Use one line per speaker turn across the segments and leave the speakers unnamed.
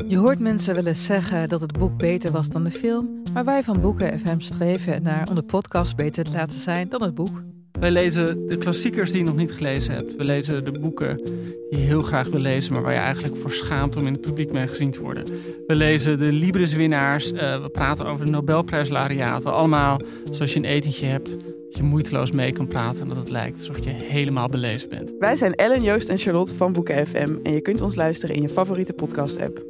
Je hoort mensen wel eens zeggen dat het boek beter was dan de film, maar wij van Boeken FM streven ernaar om de podcast beter te laten zijn dan het boek.
Wij lezen de klassiekers die je nog niet gelezen hebt. We lezen de boeken die je heel graag wil lezen, maar waar je eigenlijk voor schaamt om in het publiek mee gezien te worden. We lezen de Libris-winnaars. We praten over de Nobelprijslaureaten. Allemaal zoals je een etentje hebt, dat je moeiteloos mee kan praten en dat het lijkt alsof je helemaal belezen bent.
Wij zijn Ellen, Joost en Charlotte van Boeken FM en je kunt ons luisteren in je favoriete podcast-app.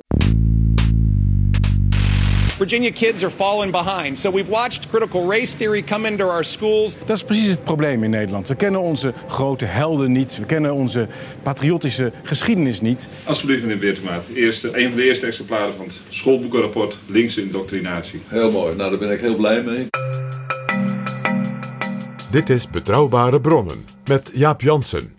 Virginia kids are falling behind. So we've watched critical race theory come into our schools.
Dat is precies het probleem in Nederland. We kennen onze grote helden niet. We kennen onze patriotische geschiedenis niet.
Alsjeblieft, meneer Beertemaat. Een van de eerste exemplaren van het schoolboekenrapport Linkse indoctrinatie.
Heel mooi. Nou, daar ben ik heel blij mee.
Dit is Betrouwbare Bronnen met Jaap Jansen.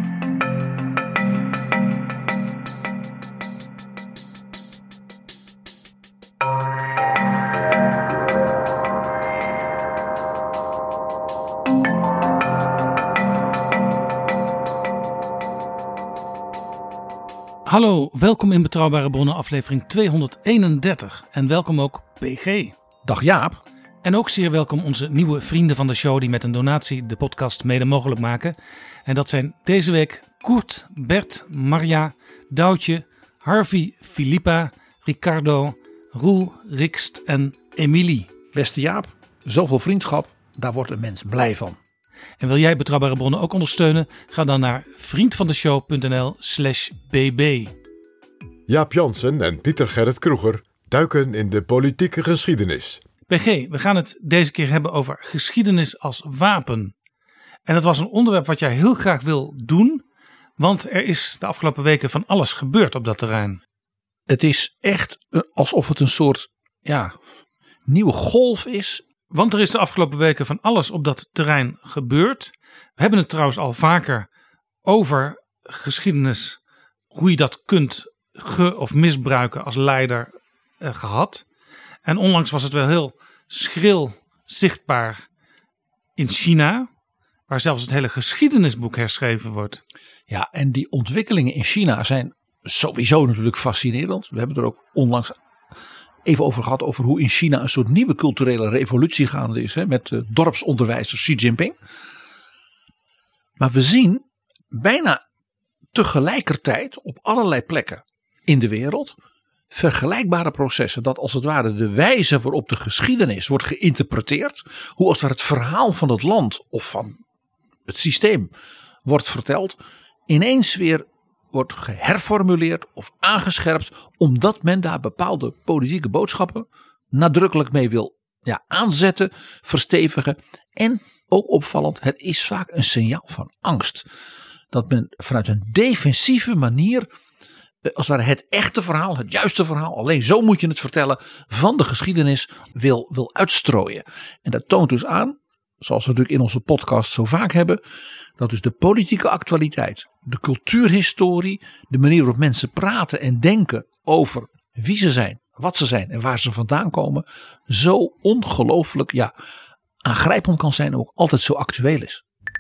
Hallo, welkom in Betrouwbare Bronnen aflevering 231 en welkom ook PG.
Dag Jaap.
En ook zeer welkom onze nieuwe vrienden van de show die met een donatie de podcast mede mogelijk maken. En dat zijn deze week Koert, Bert, Marja, Doutje, Harvey, Filippa, Ricardo, Roel, Rikst en Emilie.
Beste Jaap, zoveel vriendschap, daar wordt een mens blij van.
En wil jij Betrouwbare Bronnen ook ondersteunen? Ga dan naar vriendvandeshow.nl/bb.
Jaap Jansen en Pieter Gerrit Kroeger duiken in de politieke geschiedenis.
PG, we gaan het deze keer hebben over geschiedenis als wapen. En dat was een onderwerp wat jij heel graag wil doen, want er is de afgelopen weken van alles gebeurd op dat terrein.
Het is echt alsof het een soort nieuwe golf is.
Want er is de afgelopen weken van alles op dat terrein gebeurd. We hebben het trouwens al vaker over geschiedenis, hoe je dat kunt of misbruiken als leider gehad. En onlangs was het wel heel schril zichtbaar in China, waar zelfs het hele geschiedenisboek herschreven wordt.
Ja, en die ontwikkelingen in China zijn sowieso natuurlijk fascinerend. We hebben er ook onlangs even over gehad over hoe in China een soort nieuwe culturele revolutie gaande is. Met dorpsonderwijzer Xi Jinping. Maar we zien bijna tegelijkertijd op allerlei plekken in de wereld vergelijkbare processen. Dat als het ware de wijze waarop de geschiedenis wordt geïnterpreteerd. Hoe als het ware het verhaal van het land of van het systeem wordt verteld. Ineens weer wordt geherformuleerd of aangescherpt, omdat men daar bepaalde politieke boodschappen nadrukkelijk mee wil aanzetten, verstevigen. En ook opvallend, het is vaak een signaal van angst. Dat men vanuit een defensieve manier, als het ware het echte verhaal, het juiste verhaal, alleen zo moet je het vertellen, van de geschiedenis wil uitstrooien. En dat toont dus aan, zoals we natuurlijk in onze podcast zo vaak hebben, dat dus de politieke actualiteit, de cultuurhistorie, de manier waarop mensen praten en denken over wie ze zijn, wat ze zijn en waar ze vandaan komen, zo ongelooflijk aangrijpend kan zijn en ook altijd zo actueel is.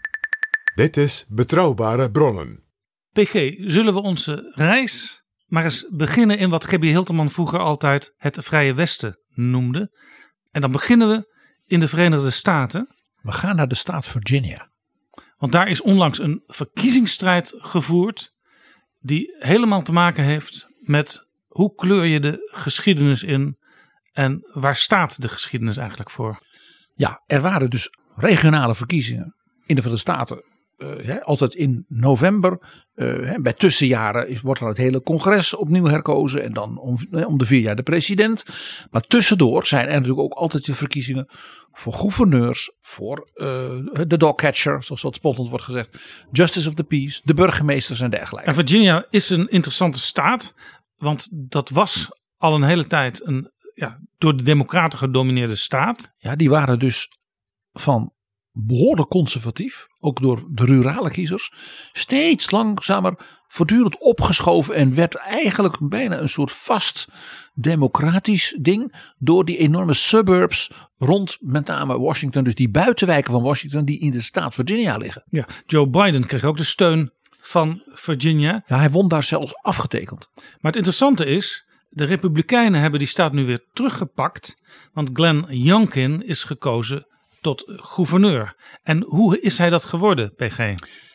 Dit is Betrouwbare Bronnen.
PG, zullen we onze reis maar eens beginnen in wat G.B. Hilterman vroeger altijd het Vrije Westen noemde. En dan beginnen we in de Verenigde Staten.
We gaan naar de staat Virginia.
Want daar is onlangs een verkiezingsstrijd gevoerd die helemaal te maken heeft met hoe kleur je de geschiedenis in en waar staat de geschiedenis eigenlijk voor?
Ja, er waren dus regionale verkiezingen in de Verenigde Staten. Altijd in november. Bij tussenjaren wordt dan het hele congres opnieuw herkozen. En dan om de 4 jaar de president. Maar tussendoor zijn er natuurlijk ook altijd de verkiezingen voor gouverneurs. Voor de dogcatcher, zoals dat spottend wordt gezegd. Justice of the Peace, de burgemeesters en dergelijke.
En Virginia is een interessante staat. Want dat was al een hele tijd een door de democraten gedomineerde staat.
Ja, die waren dus van behoorlijk conservatief, ook door de rurale kiezers, steeds langzamer voortdurend opgeschoven en werd eigenlijk bijna een soort vast democratisch ding door die enorme suburbs rond met name Washington, dus die buitenwijken van Washington die in de staat Virginia liggen.
Ja, Joe Biden kreeg ook de steun van Virginia.
Ja, hij won daar zelfs afgetekend.
Maar het interessante is De Republikeinen hebben die staat nu weer teruggepakt. Want Glenn Youngkin is gekozen tot gouverneur. En hoe is hij dat geworden, PG?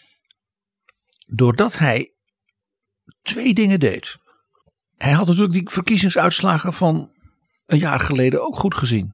Doordat hij 2 dingen deed. Hij had natuurlijk die verkiezingsuitslagen van een jaar geleden ook goed gezien.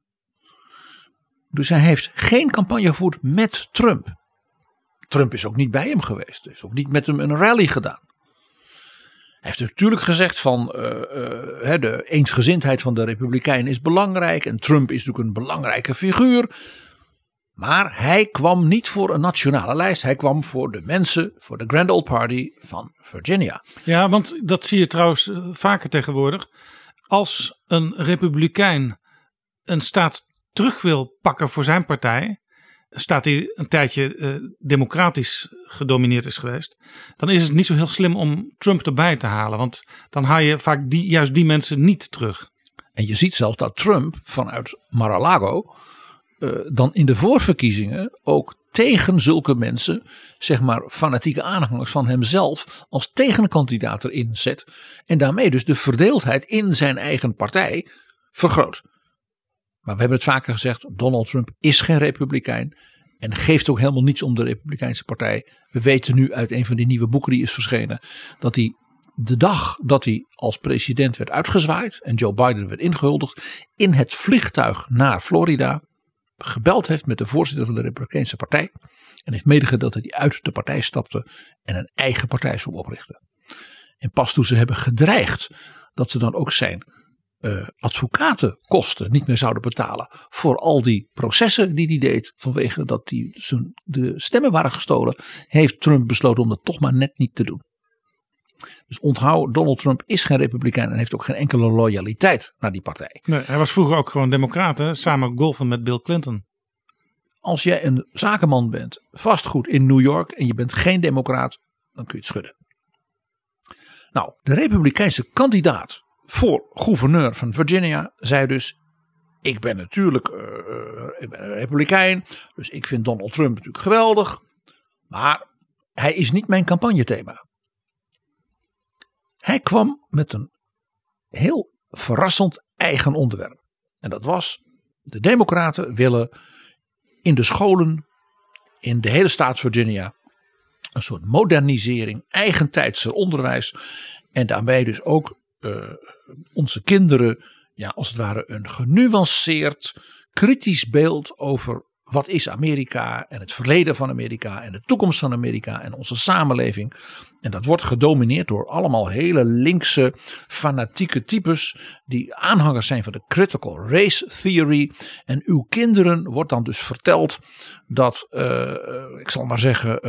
Dus hij heeft geen campagne gevoerd met Trump. Trump is ook niet bij hem geweest. Hij heeft ook niet met hem een rally gedaan. Hij heeft natuurlijk gezegd van de eensgezindheid van de Republikeinen is belangrijk. En Trump is natuurlijk een belangrijke figuur. Maar hij kwam niet voor een nationale lijst. Hij kwam voor de mensen, voor de Grand Old Party van Virginia.
Ja, want dat zie je trouwens vaker tegenwoordig. Als een Republikein een staat terug wil pakken voor zijn partij, staat die een tijdje democratisch gedomineerd is geweest, dan is het niet zo heel slim om Trump erbij te halen. Want dan haal je vaak juist die mensen niet terug.
En je ziet zelfs dat Trump vanuit Mar-a-Lago dan in de voorverkiezingen ook tegen zulke mensen, zeg maar fanatieke aanhangers van hemzelf, als tegenkandidaat erin zet. En daarmee dus de verdeeldheid in zijn eigen partij vergroot. Maar we hebben het vaker gezegd, Donald Trump is geen republikein en geeft ook helemaal niets om de Republikeinse partij. We weten nu uit een van die nieuwe boeken die is verschenen, dat hij de dag dat hij als president werd uitgezwaaid en Joe Biden werd ingehuldigd, in het vliegtuig naar Florida gebeld heeft met de voorzitter van de Republikeinse partij en heeft medegedeeld dat hij uit de partij stapte en een eigen partij zou oprichten. En pas toen ze hebben gedreigd dat ze dan ook zijn advocatenkosten niet meer zouden betalen voor al die processen die hij deed vanwege dat de stemmen waren gestolen, heeft Trump besloten om dat toch maar net niet te doen. Dus onthoud, Donald Trump is geen republikein en heeft ook geen enkele loyaliteit naar die partij.
Nee, hij was vroeger ook gewoon democraat, hè? Samen golfen met Bill Clinton.
Als jij een zakenman bent, vastgoed in New York en je bent geen democraat, dan kun je het schudden. Nou, de republikeinse kandidaat voor gouverneur van Virginia zei dus, ik ben natuurlijk ik ben een republikein, dus ik vind Donald Trump natuurlijk geweldig, maar hij is niet mijn campagnethema. Hij kwam met een heel verrassend eigen onderwerp. En dat was, de democraten willen in de scholen in de hele staat Virginia een soort modernisering, eigentijdse onderwijs. En daarmee dus ook onze kinderen, ja, als het ware een genuanceerd, kritisch beeld over wat is Amerika en het verleden van Amerika en de toekomst van Amerika en onze samenleving. En dat wordt gedomineerd door allemaal hele linkse fanatieke types die aanhangers zijn van de critical race theory. En uw kinderen wordt dan dus verteld dat, ik zal maar zeggen,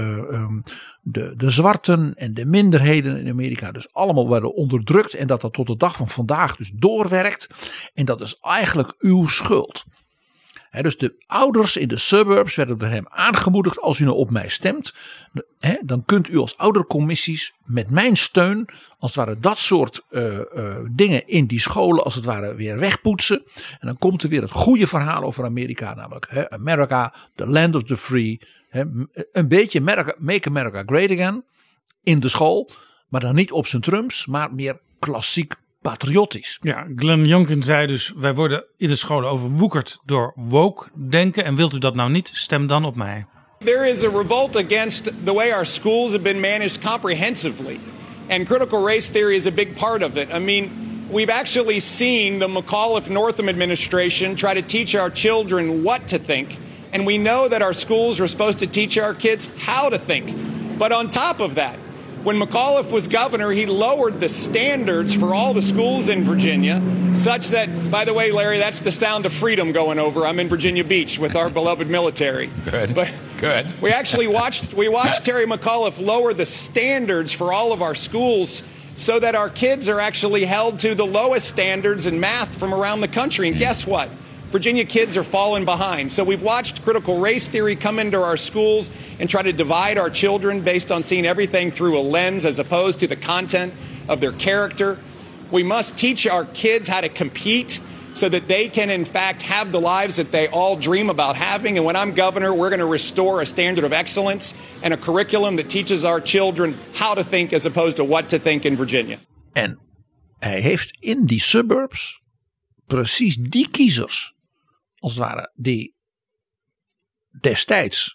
de zwarten en de minderheden in Amerika dus allemaal werden onderdrukt. En dat tot de dag van vandaag dus doorwerkt. En dat is eigenlijk uw schuld. Dus de ouders in de suburbs werden door hem aangemoedigd, als u nou op mij stemt, dan kunt u als oudercommissies met mijn steun, als het ware dat soort dingen in die scholen als het ware weer wegpoetsen. En dan komt er weer het goede verhaal over Amerika, namelijk America, the land of the free. Een beetje Make America Great Again in de school, maar dan niet op zijn Trumps, maar meer klassiek patriotisch.
Ja, Glenn Youngkin zei dus, wij worden in de scholen overwoekerd door woke denken. En wilt u dat nou niet, stem dan op mij.
There is a revolt against the way our schools have been managed comprehensively. And critical race theory is a big part of it. I mean, we've actually seen the McAuliffe-Northam administration try to teach our children what to think. And we know that our schools are supposed to teach our kids how to think. But on top of that, when McAuliffe was governor, he lowered the standards for all the schools in Virginia, such that, by the way, Larry, that's the sound of freedom going over. I'm in Virginia Beach with our beloved military.
Good.
But
good.
We actually watched Terry McAuliffe lower the standards for all of our schools so that our kids are actually held to the lowest standards in math from around the country. And guess what? Virginia kids are falling behind. So we've watched critical race theory come into our schools and try to divide our children based on seeing everything through a lens as opposed to the content of their character. We must teach our kids how to compete so that they can in fact have the lives that they all dream about having. And when I'm governor, we're going to restore a standard of excellence and a curriculum that teaches our children how to think as opposed to what to think in Virginia.
En hij heeft in die suburbs precies die kiezers, als het ware, die destijds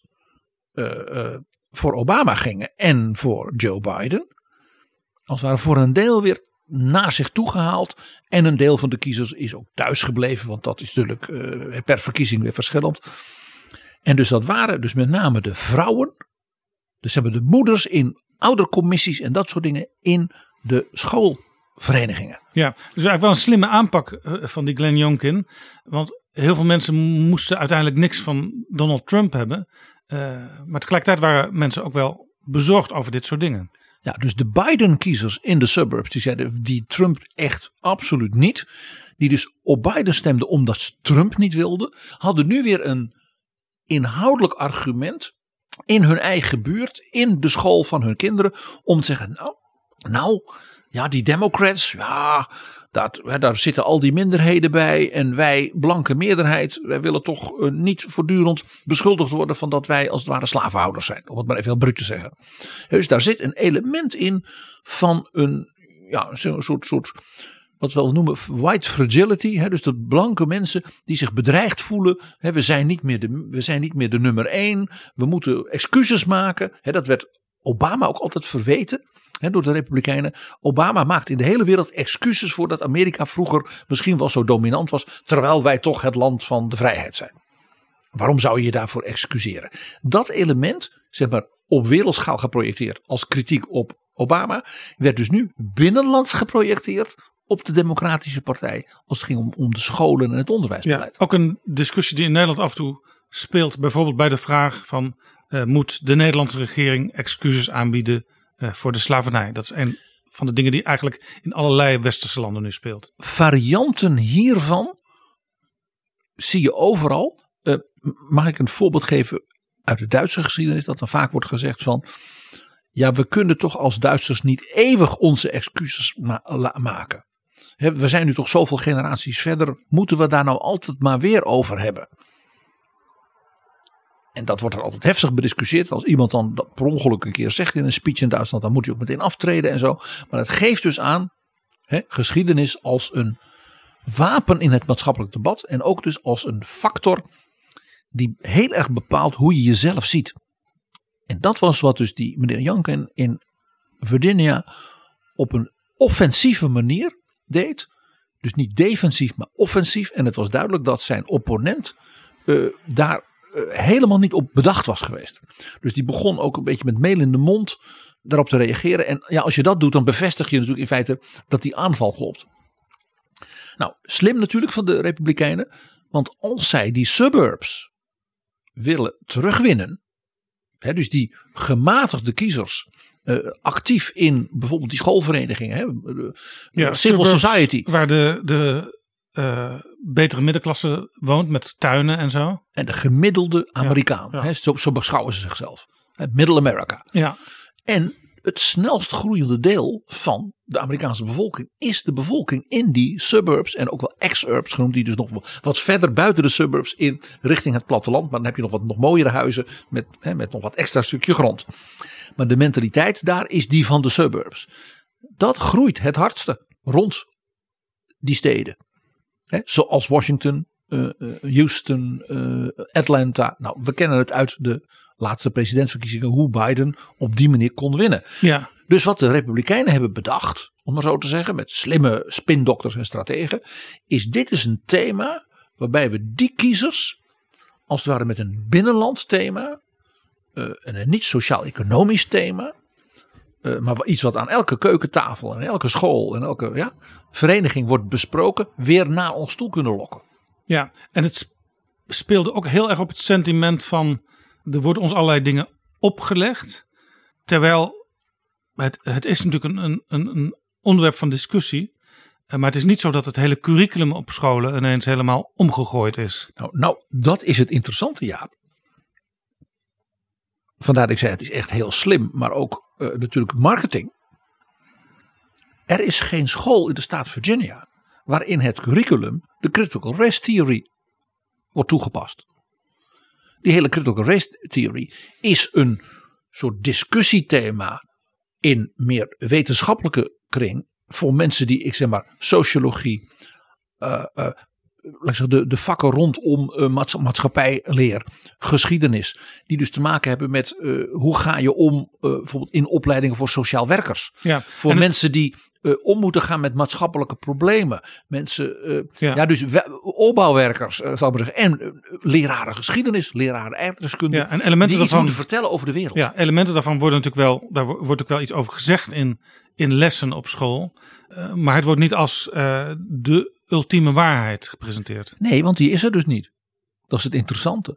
voor Obama gingen en voor Joe Biden, als het ware voor een deel weer naar zich toe gehaald. En een deel van de kiezers is ook thuis gebleven, want dat is natuurlijk per verkiezing weer verschillend. En dus dat waren dus met name de vrouwen. Dus hebben de moeders in oudercommissies en dat soort dingen in de schoolverenigingen.
Ja, dus eigenlijk wel een slimme aanpak van die Glenn Youngkin. Want heel veel mensen moesten uiteindelijk niks van Donald Trump hebben. Maar tegelijkertijd waren mensen ook wel bezorgd over dit soort dingen.
Ja, dus de Biden-kiezers in de suburbs, die zeiden die Trump echt absoluut niet. Die dus op Biden stemden omdat ze Trump niet wilden. Hadden nu weer een inhoudelijk argument in hun eigen buurt, in de school van hun kinderen. Om te zeggen, ja, die Democrats, ja, daar zitten al die minderheden bij. En wij, blanke meerderheid, wij willen toch niet voortdurend beschuldigd worden van dat wij als het ware slavenhouders zijn. Om het maar even heel bruut te zeggen. Dus daar zit een element in van een soort wat we noemen white fragility. Dus dat blanke mensen die zich bedreigd voelen. We zijn niet meer de nummer 1. We moeten excuses maken. Dat werd Obama ook altijd verweten. Door de Republikeinen. Obama maakt in de hele wereld excuses voor dat Amerika vroeger misschien wel zo dominant was. Terwijl wij toch het land van de vrijheid zijn. Waarom zou je je daarvoor excuseren? Dat element, zeg maar, op wereldschaal geprojecteerd als kritiek op Obama. Werd dus nu binnenlands geprojecteerd op de Democratische Partij. Als het ging om de scholen en het onderwijsbeleid.
Ja, ook een discussie die in Nederland af en toe speelt. Bijvoorbeeld bij de vraag van moet de Nederlandse regering excuses aanbieden voor de slavernij. Dat is een van de dingen die eigenlijk in allerlei westerse landen nu speelt.
Varianten hiervan zie je overal. Mag ik een voorbeeld geven uit de Duitse geschiedenis. Dat dan vaak wordt gezegd van. Ja, we kunnen toch als Duitsers niet eeuwig onze excuses maken. We zijn nu toch zoveel generaties verder. Moeten we daar nou altijd maar weer over hebben? En dat wordt er altijd heftig bediscussieerd. Als iemand dan dat per ongeluk een keer zegt in een speech in Duitsland. Dan moet hij ook meteen aftreden en zo. Maar het geeft dus aan geschiedenis als een wapen in het maatschappelijk debat. En ook dus als een factor die heel erg bepaalt hoe je jezelf ziet. En dat was wat dus die meneer Youngkin in Virginia op een offensieve manier deed. Dus niet defensief, maar offensief. En het was duidelijk dat zijn opponent daar helemaal niet op bedacht was geweest. Dus die begon ook een beetje met meel in de mond daarop te reageren. En ja, als je dat doet, dan bevestig je natuurlijk in feite dat die aanval klopt. Nou, slim natuurlijk van de Republikeinen. Want als zij die suburbs willen terugwinnen. Dus die gematigde kiezers actief in bijvoorbeeld die schoolverenigingen. Civil society.
Waar de betere middenklasse woont met tuinen en zo.
En de gemiddelde Amerikaan.
Ja.
Zo beschouwen ze zichzelf. Middle America.
Ja.
En het snelst groeiende deel van de Amerikaanse bevolking is de bevolking in die suburbs en ook wel ex-urbs genoemd, die dus nog wat verder buiten de suburbs in richting het platteland. Maar dan heb je nog mooiere huizen met nog wat extra stukje grond. Maar de mentaliteit daar is die van de suburbs. Dat groeit het hardste rond die steden. Zoals Washington, Houston, Atlanta. Nou, we kennen het uit de laatste presidentsverkiezingen hoe Biden op die manier kon winnen.
Ja.
Dus wat de Republikeinen hebben bedacht, om maar zo te zeggen, met slimme spindokters en strategen, is dit is een thema waarbij we die kiezers, als het ware met een binnenland thema, en een niet sociaal-economisch thema, maar iets wat aan elke keukentafel en elke school en elke vereniging wordt besproken, weer naar ons toe kunnen lokken.
Ja, en het speelde ook heel erg op het sentiment van er worden ons allerlei dingen opgelegd. Terwijl het is natuurlijk een onderwerp van discussie. Maar het is niet zo dat het hele curriculum op scholen ineens helemaal omgegooid is.
Nou, dat is het interessante, Jaap. Vandaar dat ik zei het is echt heel slim, maar ook natuurlijk marketing. Er is geen school in de staat Virginia waarin het curriculum de critical race theory wordt toegepast. Die hele critical race theory is een soort discussiethema in meer wetenschappelijke kring voor mensen die, ik zeg maar, sociologie, de vakken rondom maatschappijleer, geschiedenis, die dus te maken hebben met hoe ga je om bijvoorbeeld in opleidingen voor sociaal werkers.
Ja,
voor mensen die om moeten gaan met maatschappelijke problemen. Mensen, dus opbouwwerkers, zal ik maar zeggen. En leraren geschiedenis, leraren aardrijkskunde.
Ja, en elementen
die
daarvan,
iets moeten vertellen over de wereld.
Ja, elementen daarvan worden natuurlijk wel, daar wordt ook wel iets over gezegd in lessen op school. Maar het wordt niet als de ultieme waarheid gepresenteerd.
Nee, want die is er dus niet. Dat is het interessante.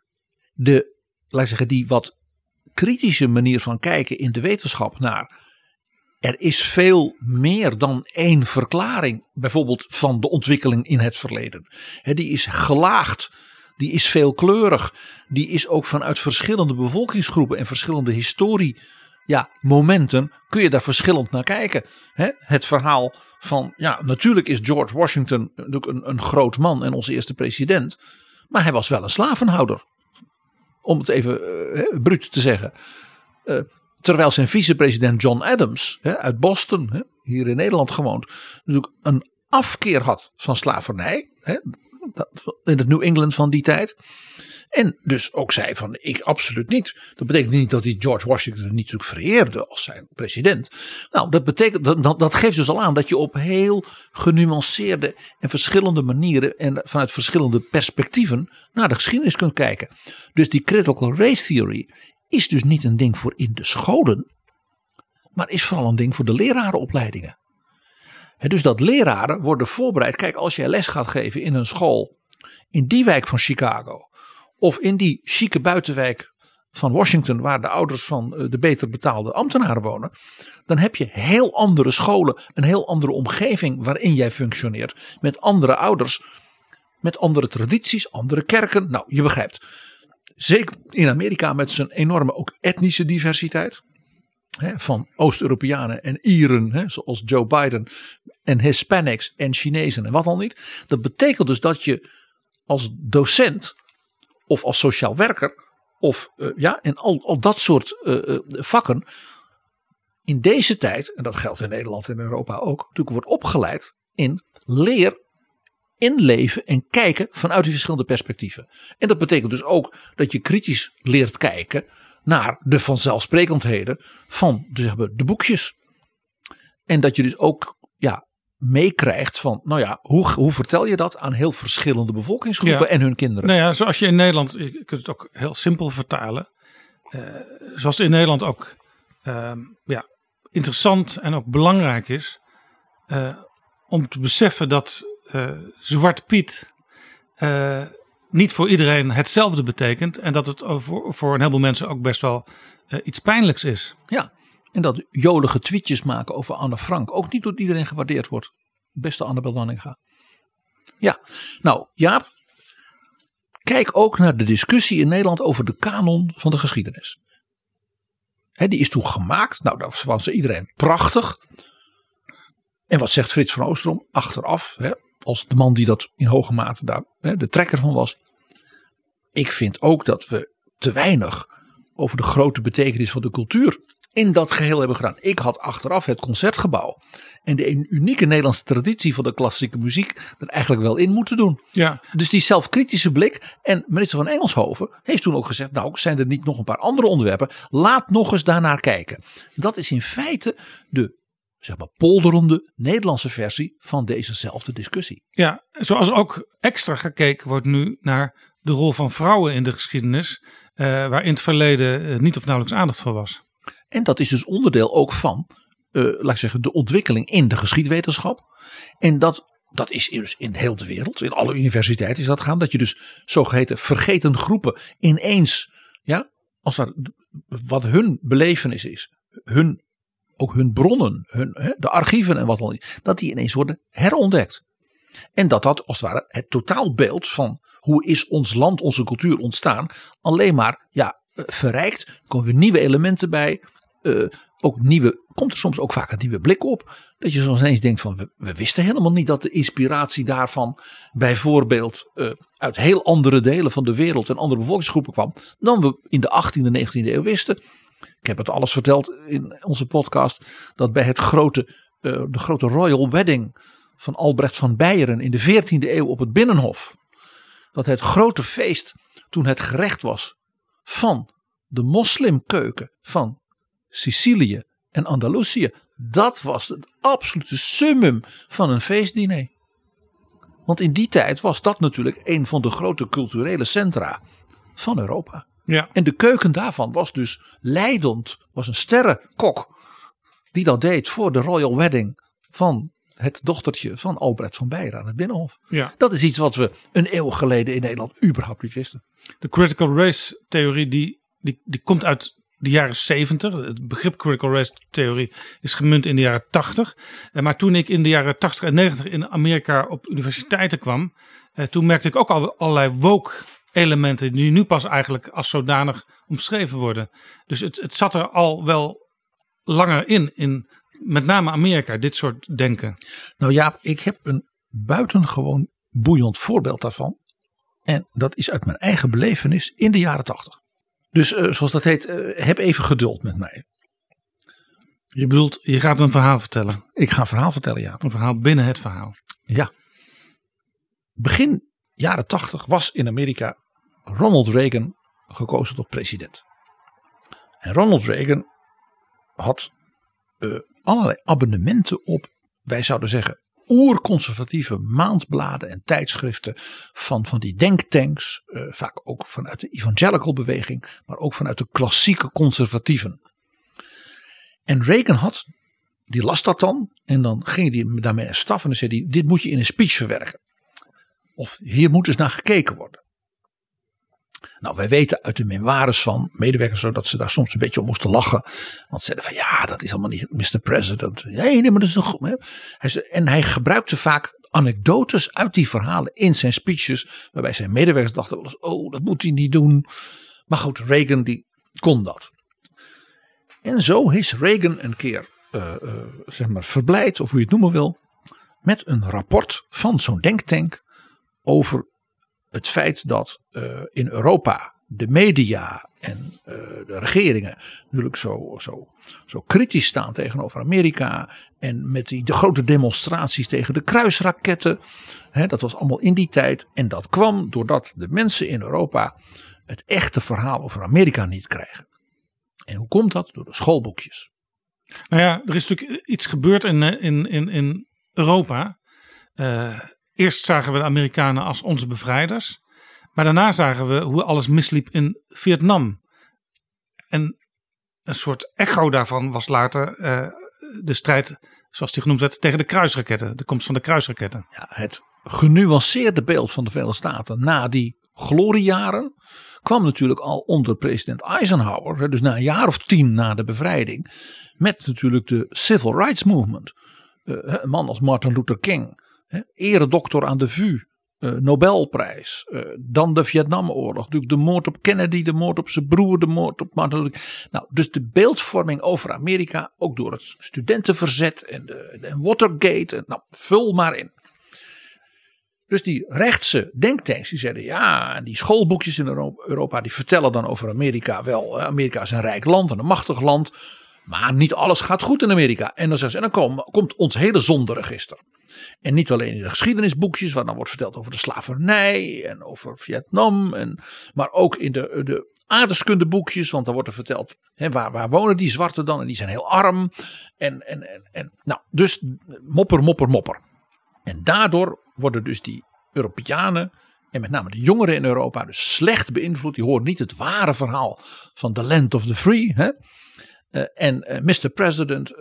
Die wat kritische manier van kijken in de wetenschap naar. Er is veel meer dan één verklaring, bijvoorbeeld van de ontwikkeling in het verleden. Die is gelaagd, die is veelkleurig, die is ook vanuit verschillende bevolkingsgroepen en verschillende momenten kun je daar verschillend naar kijken. Het verhaal van, natuurlijk is George Washington een groot man en onze eerste president, maar hij was wel een slavenhouder. Om het even bruut te zeggen. Terwijl zijn vicepresident John Adams uit Boston, hier in Nederland gewoond, natuurlijk een afkeer had van slavernij. In het New England van die tijd. En dus ook zei van ik absoluut niet. Dat betekent niet dat hij George Washington niet natuurlijk vereerde als zijn president. Nou, dat geeft dus al aan dat je op heel genuanceerde en verschillende manieren en vanuit verschillende perspectieven naar de geschiedenis kunt kijken. Dus die critical race theory is dus niet een ding voor in de scholen, maar is vooral een ding voor de lerarenopleidingen. Dus dat leraren worden voorbereid. Kijk, als jij les gaat geven in een school in die wijk van Chicago of in die chique buitenwijk van Washington waar de ouders van de beter betaalde ambtenaren wonen, dan heb je heel andere scholen, een heel andere omgeving waarin jij functioneert, met andere ouders, met andere tradities, andere kerken. Nou, je begrijpt. Zeker in Amerika met zijn enorme ook etnische diversiteit. Van Oost-Europeanen en Ieren, zoals Joe Biden. En Hispanics en Chinezen en wat al niet. Dat betekent dus dat je als docent of als sociaal werker. En al dat soort vakken. In deze tijd, en dat geldt in Nederland en Europa ook. Natuurlijk wordt opgeleid in leer. Inleven en kijken vanuit die verschillende perspectieven. En dat betekent dus ook dat je kritisch leert kijken naar de vanzelfsprekendheden van de boekjes. En dat je dus ook meekrijgt van hoe vertel je dat aan heel verschillende bevolkingsgroepen en hun kinderen.
Nou ja, zoals je in Nederland, je kunt het ook heel simpel vertalen. Zoals in Nederland ook interessant en ook belangrijk is om te beseffen dat Zwart Piet niet voor iedereen hetzelfde betekent. En dat het voor een heleboel mensen ook best wel iets pijnlijks is.
Ja, en dat jolige tweetjes maken over Anne Frank ook niet door iedereen gewaardeerd wordt. Beste Annabel Nanninga. Ja, nou Jaap. Kijk ook naar de discussie in Nederland over de kanon van de geschiedenis. Die is toen gemaakt. Nou, dat was iedereen prachtig. En wat zegt Frits van Oosterom achteraf, als de man die dat in hoge mate daar de trekker van was. Ik vind ook dat we te weinig over de grote betekenis van de cultuur in dat geheel hebben gedaan. Ik had achteraf het Concertgebouw en de unieke Nederlandse traditie van de klassieke muziek er eigenlijk wel in moeten doen.
Ja.
Dus die zelfkritische blik. En minister van Engelshoven heeft toen ook gezegd, nou zijn er niet nog een paar andere onderwerpen. Laat nog eens daarnaar kijken. Dat is in feite de polderende Nederlandse versie van dezezelfde discussie.
Ja, zoals ook extra gekeken wordt nu naar de rol van vrouwen in de geschiedenis, waar in het verleden niet of nauwelijks aandacht voor was.
En dat is dus onderdeel ook van, de ontwikkeling in de geschiedwetenschap. En dat is dus in heel de wereld, in alle universiteiten is dat gaan, dat je dus zogeheten vergeten groepen ineens, als wat hun belevenis is, ook hun bronnen, de archieven en wat dan niet, dat die ineens worden herontdekt. En dat als het ware het totaalbeeld van hoe is ons land, onze cultuur ontstaan, alleen maar verrijkt. Er komen weer nieuwe elementen bij. Komt er soms ook vaak een nieuwe blik op. Dat je soms ineens denkt van we wisten helemaal niet dat de inspiratie daarvan bijvoorbeeld uit heel andere delen van de wereld en andere bevolkingsgroepen kwam dan we in de 18e en 19e eeuw wisten. Ik heb het alles verteld in onze podcast dat bij het grote de grote Royal Wedding van Albrecht van Beieren in de 14e eeuw op het Binnenhof. Dat het grote feest toen het gerecht was van de moslimkeuken van Sicilië en Andalusië. Dat was het absolute summum van een feestdiner. Want in die tijd was dat natuurlijk een van de grote culturele centra van Europa.
Ja.
En de keuken daarvan was dus leidend, was een sterrenkok die dat deed voor de Royal Wedding van het dochtertje van Albrecht van Beieren aan het Binnenhof.
Ja.
Dat is iets wat we een eeuw geleden in Nederland überhaupt niet wisten.
De critical race theorie die komt uit de jaren 70. Het begrip critical race theorie is gemunt in de jaren 80. Maar toen ik in de jaren 80 en 90 in Amerika op universiteiten kwam, toen merkte ik ook al allerlei woke elementen die nu pas eigenlijk als zodanig omschreven worden. Dus het zat er al wel langer in met name Amerika, dit soort denken.
Nou Jaap, ik heb een buitengewoon boeiend voorbeeld daarvan. En dat is uit mijn eigen belevenis in de jaren 80. Dus zoals dat heet, heb even geduld met mij.
Je bedoelt, je gaat een verhaal vertellen.
Ik ga een verhaal vertellen, ja.
Een verhaal binnen het verhaal.
Ja. Begin jaren 80 was in Amerika Ronald Reagan gekozen tot president. En Ronald Reagan had allerlei abonnementen op, wij zouden zeggen, oerconservatieve maandbladen en tijdschriften van die denktanks, vaak ook vanuit de evangelical beweging, maar ook vanuit de klassieke conservatieven. En Reagan die las dat dan en dan ging hij daarmee naar staf en dan zei hij, dit moet je in een speech verwerken. Of hier moet eens naar gekeken worden. Nou, wij weten uit de memoires van medewerkers dat ze daar soms een beetje om moesten lachen. Want ze zeiden van ja, dat is allemaal niet Mr. President. Nee, maar dat is nog goed. En hij gebruikte vaak anekdotes uit die verhalen in zijn speeches. Waarbij zijn medewerkers dachten wel eens, oh, dat moet hij niet doen. Maar goed, Reagan die kon dat. En zo is Reagan een keer verblijd, of hoe je het noemen wil, met een rapport van zo'n denktank over het feit dat in Europa de media en de regeringen natuurlijk zo kritisch staan tegenover Amerika. En met de grote demonstraties tegen de kruisraketten. Dat was allemaal in die tijd. En dat kwam doordat de mensen in Europa het echte verhaal over Amerika niet krijgen. En hoe komt dat? Door de schoolboekjes.
Nou ja, er is natuurlijk iets gebeurd in Europa. Eerst zagen we de Amerikanen als onze bevrijders. Maar daarna zagen we hoe alles misliep in Vietnam. En een soort echo daarvan was later de strijd, zoals die genoemd werd, tegen de kruisraketten. De komst van de kruisraketten.
Ja, het genuanceerde beeld van de Verenigde Staten na die gloriejaren kwam natuurlijk al onder president Eisenhower. Dus na een jaar of 10 na de bevrijding. Met natuurlijk de Civil Rights Movement. Een man als Martin Luther King. Eredoctor aan de VU. Nobelprijs. Dan de Vietnamoorlog. Natuurlijk de moord op Kennedy. De moord op zijn broer. De moord op Martin Luther King. Nou, dus de beeldvorming over Amerika. Ook door het studentenverzet. En Watergate. En, nou, vul maar in. Dus die rechtse denktanks die zeiden ja, die schoolboekjes in Europa die vertellen dan over Amerika wel. Amerika is een rijk land en een machtig land. Maar niet alles gaat goed in Amerika. En dan komt ons hele zonderegister. En niet alleen in de geschiedenisboekjes waar dan wordt verteld over de slavernij en over Vietnam. Maar ook in de aardrijkskundeboekjes. Want dan wordt er verteld waar wonen die zwarten dan en die zijn heel arm. Nou, dus mopper. En daardoor worden dus die Europeanen en met name de jongeren in Europa dus slecht beïnvloed. Die horen niet het ware verhaal van the land of the free. En Mr. President,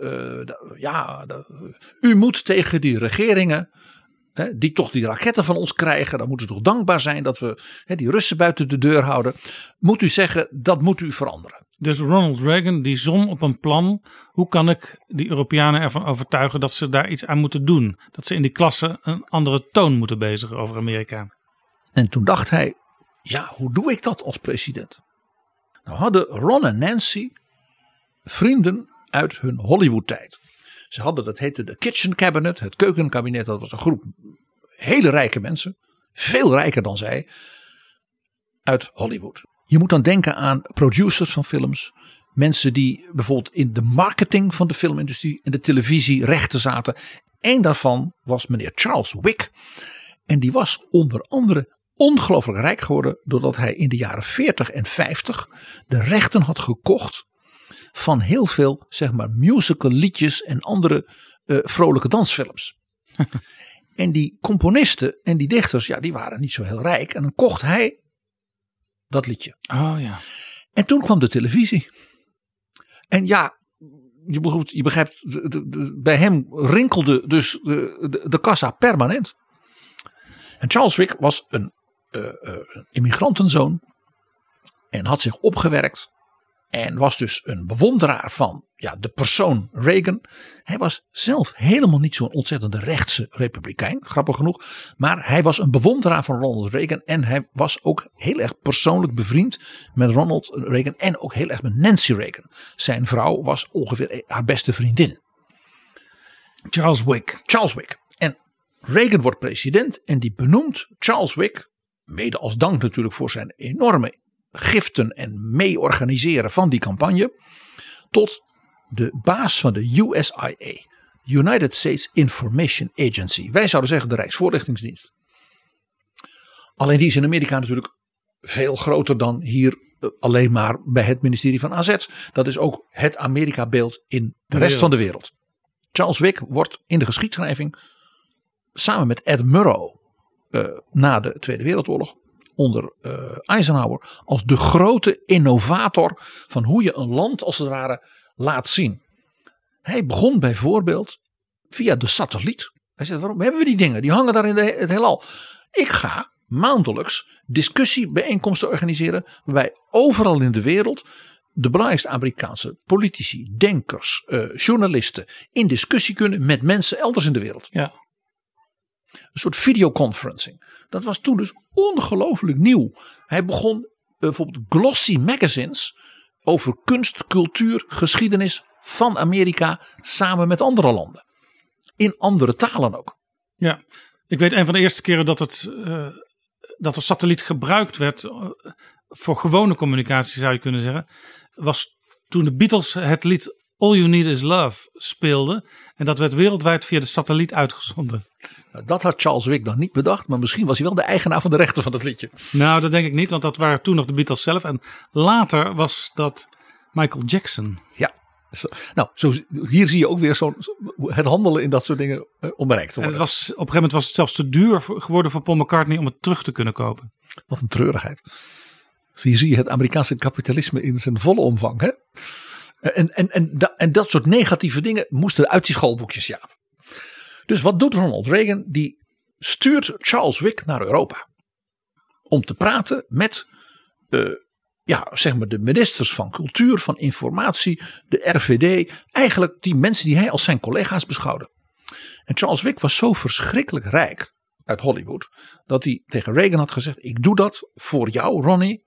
u moet tegen die regeringen die toch die raketten van ons krijgen. Dan moeten ze toch dankbaar zijn dat we die Russen buiten de deur houden. Moet u zeggen, dat moet u veranderen.
Dus Ronald Reagan die zon op een plan. Hoe kan ik die Europeanen ervan overtuigen dat ze daar iets aan moeten doen? Dat ze in die klasse een andere toon moeten bezigen over Amerika.
En toen dacht hij, ja, hoe doe ik dat als president? Nou hadden Ron en Nancy vrienden uit hun Hollywood-tijd. Ze hadden, dat heette de Kitchen Cabinet, het keukenkabinet. Dat was een groep hele rijke mensen, veel rijker dan zij, uit Hollywood. Je moet dan denken aan producers van films, mensen die bijvoorbeeld in de marketing van de filmindustrie en de televisierechten zaten. Eén daarvan was meneer Charles Wick. En die was onder andere ongelooflijk rijk geworden doordat hij in de jaren 40 en 50 de rechten had gekocht van heel veel, zeg maar, musical liedjes en andere vrolijke dansfilms. En die componisten en die dichters, ja, die waren niet zo heel rijk. En dan kocht hij dat liedje.
Oh ja.
En toen kwam de televisie. En ja, je begrijpt, bij hem rinkelde dus de kassa permanent. En Charles Wick was een immigrantenzoon. En had zich opgewerkt. En was dus een bewonderaar van de persoon Reagan. Hij was zelf helemaal niet zo'n ontzettende rechtse republikein. Grappig genoeg. Maar hij was een bewonderaar van Ronald Reagan. En hij was ook heel erg persoonlijk bevriend met Ronald Reagan. En ook heel erg met Nancy Reagan. Zijn vrouw was ongeveer haar beste vriendin.
Charles Wick.
En Reagan wordt president. En die benoemt Charles Wick. Mede als dank natuurlijk voor zijn enorme giften en mee organiseren van die campagne. Tot de baas van de USIA. United States Information Agency. Wij zouden zeggen de Rijksvoorlichtingsdienst. Alleen die is in Amerika natuurlijk veel groter dan hier alleen maar bij het ministerie van AZ. Dat is ook het Amerika-beeld in de rest van de wereld. Charles Wick wordt in de geschiedschrijving samen met Ed Murrow na de Tweede Wereldoorlog onder Eisenhower als de grote innovator van hoe je een land als het ware laat zien. Hij begon bijvoorbeeld via de satelliet. Hij zegt, waarom hebben we die dingen? Die hangen daar in het heelal. Ik ga maandelijks discussiebijeenkomsten organiseren waarbij overal in de wereld de belangrijkste Amerikaanse politici, denkers, journalisten in discussie kunnen met mensen elders in de wereld.
Ja.
Een soort videoconferencing. Dat was toen dus ongelooflijk nieuw. Hij begon bijvoorbeeld glossy magazines over kunst, cultuur, geschiedenis van Amerika samen met andere landen. In andere talen ook.
Ja, ik weet een van de eerste keren dat de satelliet gebruikt werd voor gewone communicatie, zou je kunnen zeggen, was toen de Beatles het lied All You Need Is Love speelden. En dat werd wereldwijd via de satelliet uitgezonden.
Nou, dat had Charles Wick dan niet bedacht, maar misschien was hij wel de eigenaar van de rechten van het liedje.
Nou, dat denk ik niet, want dat waren toen nog de Beatles zelf. En later was dat Michael Jackson.
Ja, hier zie je ook weer het handelen in dat soort dingen onbereikt worden.
En op een gegeven moment was het zelfs te duur geworden voor Paul McCartney om het terug te kunnen kopen.
Wat een treurigheid. Dus hier zie je het Amerikaanse kapitalisme in zijn volle omvang. Hè? En dat soort negatieve dingen moesten uit die schoolboekjes, Jaap. Dus wat doet Ronald Reagan? Die stuurt Charles Wick naar Europa. Om te praten met zeg maar de ministers van cultuur, van informatie, de RVD. Eigenlijk die mensen die hij als zijn collega's beschouwde. En Charles Wick was zo verschrikkelijk rijk uit Hollywood. Dat hij tegen Reagan had gezegd, ik doe dat voor jou, Ronnie.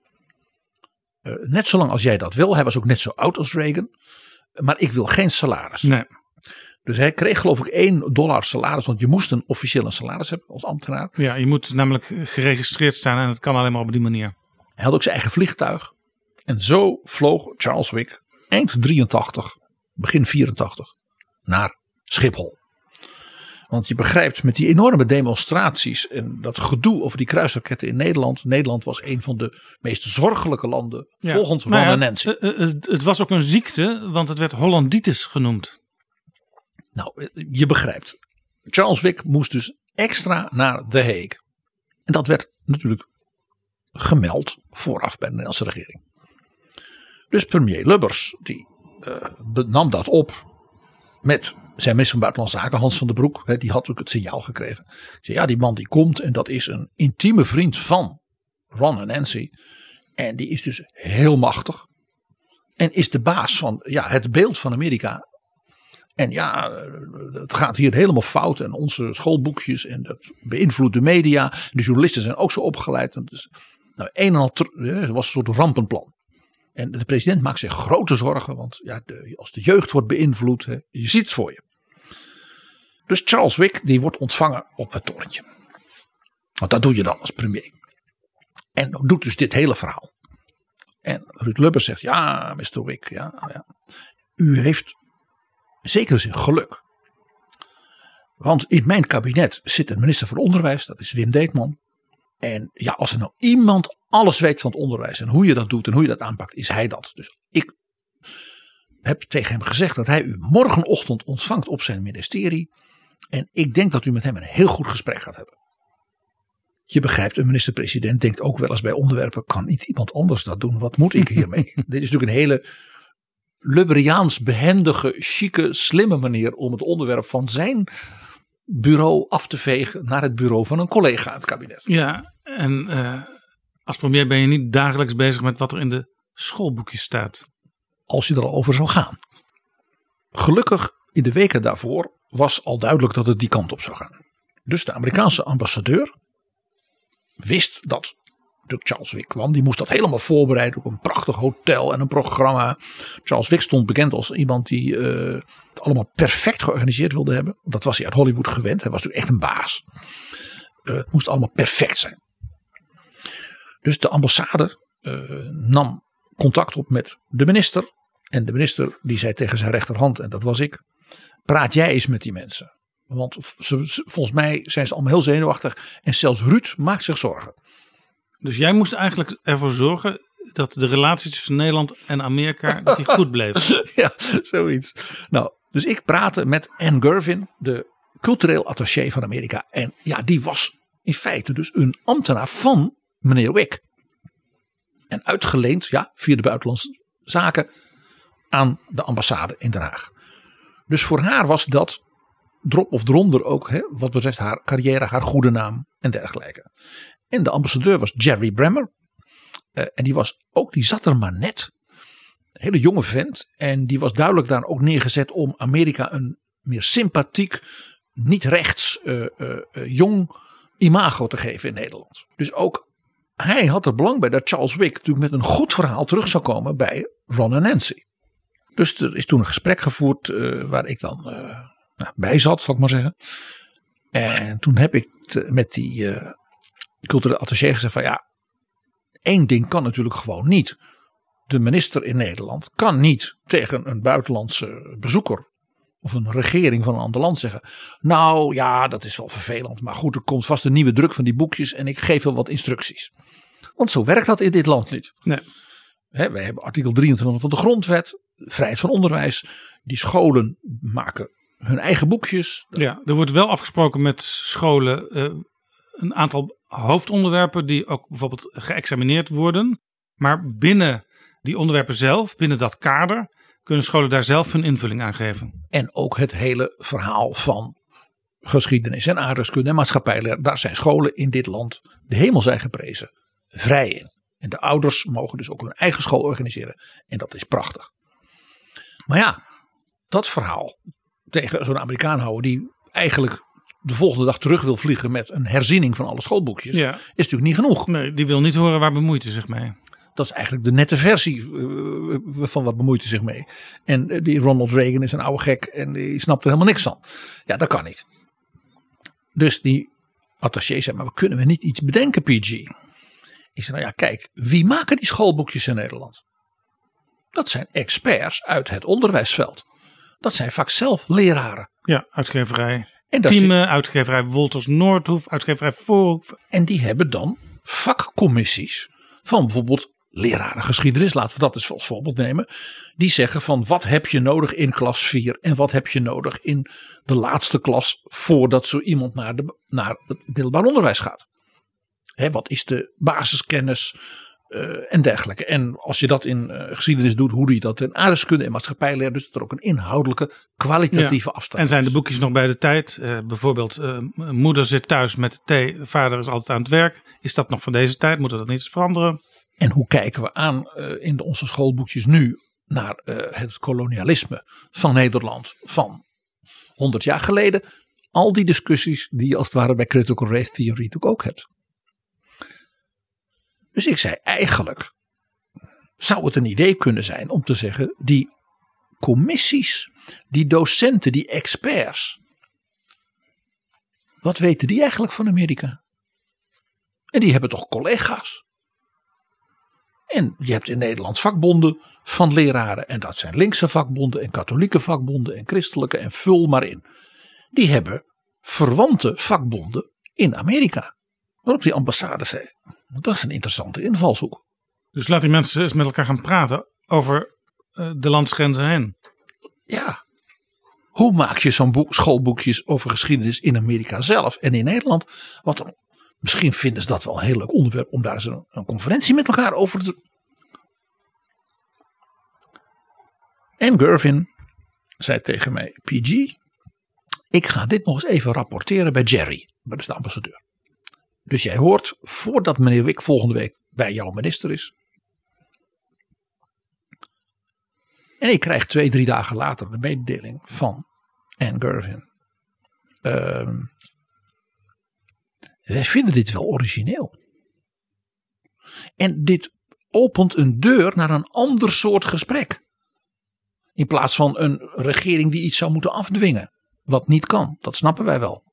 Net zolang als jij dat wil. Hij was ook net zo oud als Reagan. Maar ik wil geen salaris.
Nee.
Dus hij kreeg geloof ik $1 salaris. Want je moest een officieel salaris hebben als ambtenaar.
Ja, je moet namelijk geregistreerd staan. En dat kan alleen maar op die manier.
Hij had ook zijn eigen vliegtuig. En zo vloog Charles Wick eind 83, begin 84 naar Schiphol. Want je begrijpt, met die enorme demonstraties en dat gedoe over die kruisraketten in Nederland. Nederland was een van de meest zorgelijke landen volgens Ron en Nancy.
Het was ook een ziekte, want het werd Hollanditis genoemd.
Nou, je begrijpt. Charles Wick moest dus extra naar The Hague. En dat werd natuurlijk gemeld vooraf bij de Nederlandse regering. Dus premier Lubbers die nam dat op met zijn minister van Buitenlandse Zaken, Hans van den Broek. Die had ook het signaal gekregen. Zei, ja, die man die komt en dat is een intieme vriend van Ron en Nancy. En die is dus heel machtig. En is de baas van het beeld van Amerika. En ja, het gaat hier helemaal fout. En onze schoolboekjes en dat beïnvloedt de media. De journalisten zijn ook zo opgeleid. En dus, een en al was een soort rampenplan. En de president maakt zich grote zorgen. Want als de jeugd wordt beïnvloed. Je ziet het voor je. Dus Charles Wick die wordt ontvangen op het torentje. Want dat doe je dan als premier. En doet dus dit hele verhaal. En Ruud Lubbers zegt, ja, Mr. Wick, ja. U heeft in zekere zin geluk. Want in mijn kabinet zit een minister van Onderwijs, dat is Wim Deetman. En ja, als er nou iemand alles weet van het onderwijs en hoe je dat doet en hoe je dat aanpakt, is hij dat. Dus ik heb tegen hem gezegd dat hij u morgenochtend ontvangt op zijn ministerie. En ik denk dat u met hem een heel goed gesprek gaat hebben. Je begrijpt, een minister-president denkt ook wel eens bij onderwerpen, kan niet iemand anders dat doen? Wat moet ik hiermee? Dit is natuurlijk een hele Lubberiaans behendige, chique, slimme manier om het onderwerp van zijn bureau af te vegen naar het bureau van een collega in het kabinet.
Ja, en als premier ben je niet dagelijks bezig met wat er in de schoolboekjes staat.
Als je er al over zou gaan. Gelukkig in de weken daarvoor was al duidelijk dat het die kant op zou gaan. Dus de Amerikaanse ambassadeur wist dat Charles Wick kwam. Die moest dat helemaal voorbereiden op een prachtig hotel en een programma. Charles Wick stond bekend als iemand die het allemaal perfect georganiseerd wilde hebben. Dat was hij uit Hollywood gewend. Hij was natuurlijk echt een baas. Het moest allemaal perfect zijn. Dus de ambassade nam contact op met de minister. En de minister die zei tegen zijn rechterhand, en dat was ik, praat jij eens met die mensen. Want volgens mij zijn ze allemaal heel zenuwachtig. En zelfs Ruud maakt zich zorgen.
Dus jij moest eigenlijk ervoor zorgen dat de relatie tussen Nederland en Amerika dat die goed bleef.
Ja, zoiets. Nou, dus ik praatte met Anne Gervin, de cultureel attaché van Amerika. En ja, die was in feite dus een ambtenaar van meneer Wick. En uitgeleend, ja, via de buitenlandse zaken aan de ambassade in Den Haag. Dus voor haar was dat drop of dronder ook, wat betreft haar carrière, haar goede naam en dergelijke. En de ambassadeur was Jerry Bremer. En die zat er maar net. Een hele jonge vent. En die was duidelijk daar ook neergezet om Amerika een meer sympathiek, niet rechts, jong imago te geven in Nederland. Dus ook hij had er belang bij dat Charles Wick natuurlijk met een goed verhaal terug zou komen bij Ron en Nancy. Dus er is toen een gesprek gevoerd waar ik dan bij zat, zal ik maar zeggen. En toen heb ik met die cultureel attaché gezegd van ja, één ding kan natuurlijk gewoon niet. De minister in Nederland kan niet tegen een buitenlandse bezoeker of een regering van een ander land zeggen, nou ja, dat is wel vervelend, maar goed, er komt vast een nieuwe druk van die boekjes en ik geef wel wat instructies. Want zo werkt dat in dit land niet.
Nee.
Wij hebben artikel 23 van de grondwet, vrijheid van onderwijs. Die scholen maken hun eigen boekjes.
Ja, er wordt wel afgesproken met scholen een aantal hoofdonderwerpen die ook bijvoorbeeld geëxamineerd worden. Maar binnen die onderwerpen zelf, binnen dat kader, kunnen scholen daar zelf hun invulling aan geven.
En ook het hele verhaal van geschiedenis en aardrijkskunde en maatschappijleer. Daar zijn scholen in dit land, de hemel zij geprezen, vrij in. En de ouders mogen dus ook hun eigen school organiseren. En dat is prachtig. Maar ja, dat verhaal tegen zo'n Amerikaan houden die eigenlijk de volgende dag terug wil vliegen met een herziening van alle schoolboekjes, is natuurlijk niet genoeg.
Nee, die wil niet horen waar bemoeit hij zich mee.
Dat is eigenlijk de nette versie van wat bemoeit hij zich mee. En die Ronald Reagan is een oude gek en die snapt er helemaal niks van. Ja, dat kan niet. Dus die attaché zei, maar kunnen we niet iets bedenken, PG? Ik zei, nou ja, kijk, wie maken die schoolboekjes in Nederland? Dat zijn experts uit het onderwijsveld. Dat zijn vaak zelf leraren.
Ja, uitgeverij
en
Thieme, uitgeverij Wolters Noordhoef, uitgeverij Voorhoef.
En die hebben dan vakcommissies van bijvoorbeeld leraren geschiedenis. Laten we dat eens als voorbeeld nemen. Die zeggen van wat heb je nodig in klas 4 en wat heb je nodig in de laatste klas voordat zo iemand naar het middelbaar onderwijs gaat. Wat is de basiskennis en dergelijke. En als je dat in geschiedenis doet, hoe doe je dat in aardrijkskunde en maatschappijleer. Dus dat er ook een inhoudelijke, kwalitatieve afstand
en zijn de boekjes nog bij de tijd? Bijvoorbeeld moeder zit thuis met thee, vader is altijd aan het werk. Is dat nog van deze tijd? Moet dat niet veranderen?
En hoe kijken we aan in onze schoolboekjes nu naar het kolonialisme van Nederland van 100 jaar geleden. Al die discussies die je als het ware bij critical race theory natuurlijk ook hebt. Dus ik zei eigenlijk zou het een idee kunnen zijn om te zeggen die commissies, die docenten, die experts. Wat weten die eigenlijk van Amerika? En die hebben toch collega's? En je hebt in Nederland vakbonden van leraren. En dat zijn linkse vakbonden en katholieke vakbonden en christelijke en vul maar in. Die hebben verwante vakbonden in Amerika. Waarop die ambassade zei, dat is een interessante invalshoek.
Dus laat die mensen eens met elkaar gaan praten over de landsgrenzen heen.
Ja. Hoe maak je zo'n schoolboekjes over geschiedenis in Amerika zelf en in Nederland? Misschien vinden ze dat wel een heel leuk onderwerp om daar eens een conferentie met elkaar over te... En Gervin zei tegen mij, PG, ik ga dit nog eens even rapporteren bij Jerry, bij de ambassadeur. Dus jij hoort, voordat meneer Wick volgende week bij jouw minister is. En ik krijg 2-3 dagen later de mededeling van Anne Gervin. Wij vinden dit wel origineel. En dit opent een deur naar een ander soort gesprek. In plaats van een regering die iets zou moeten afdwingen. Wat niet kan, dat snappen wij wel.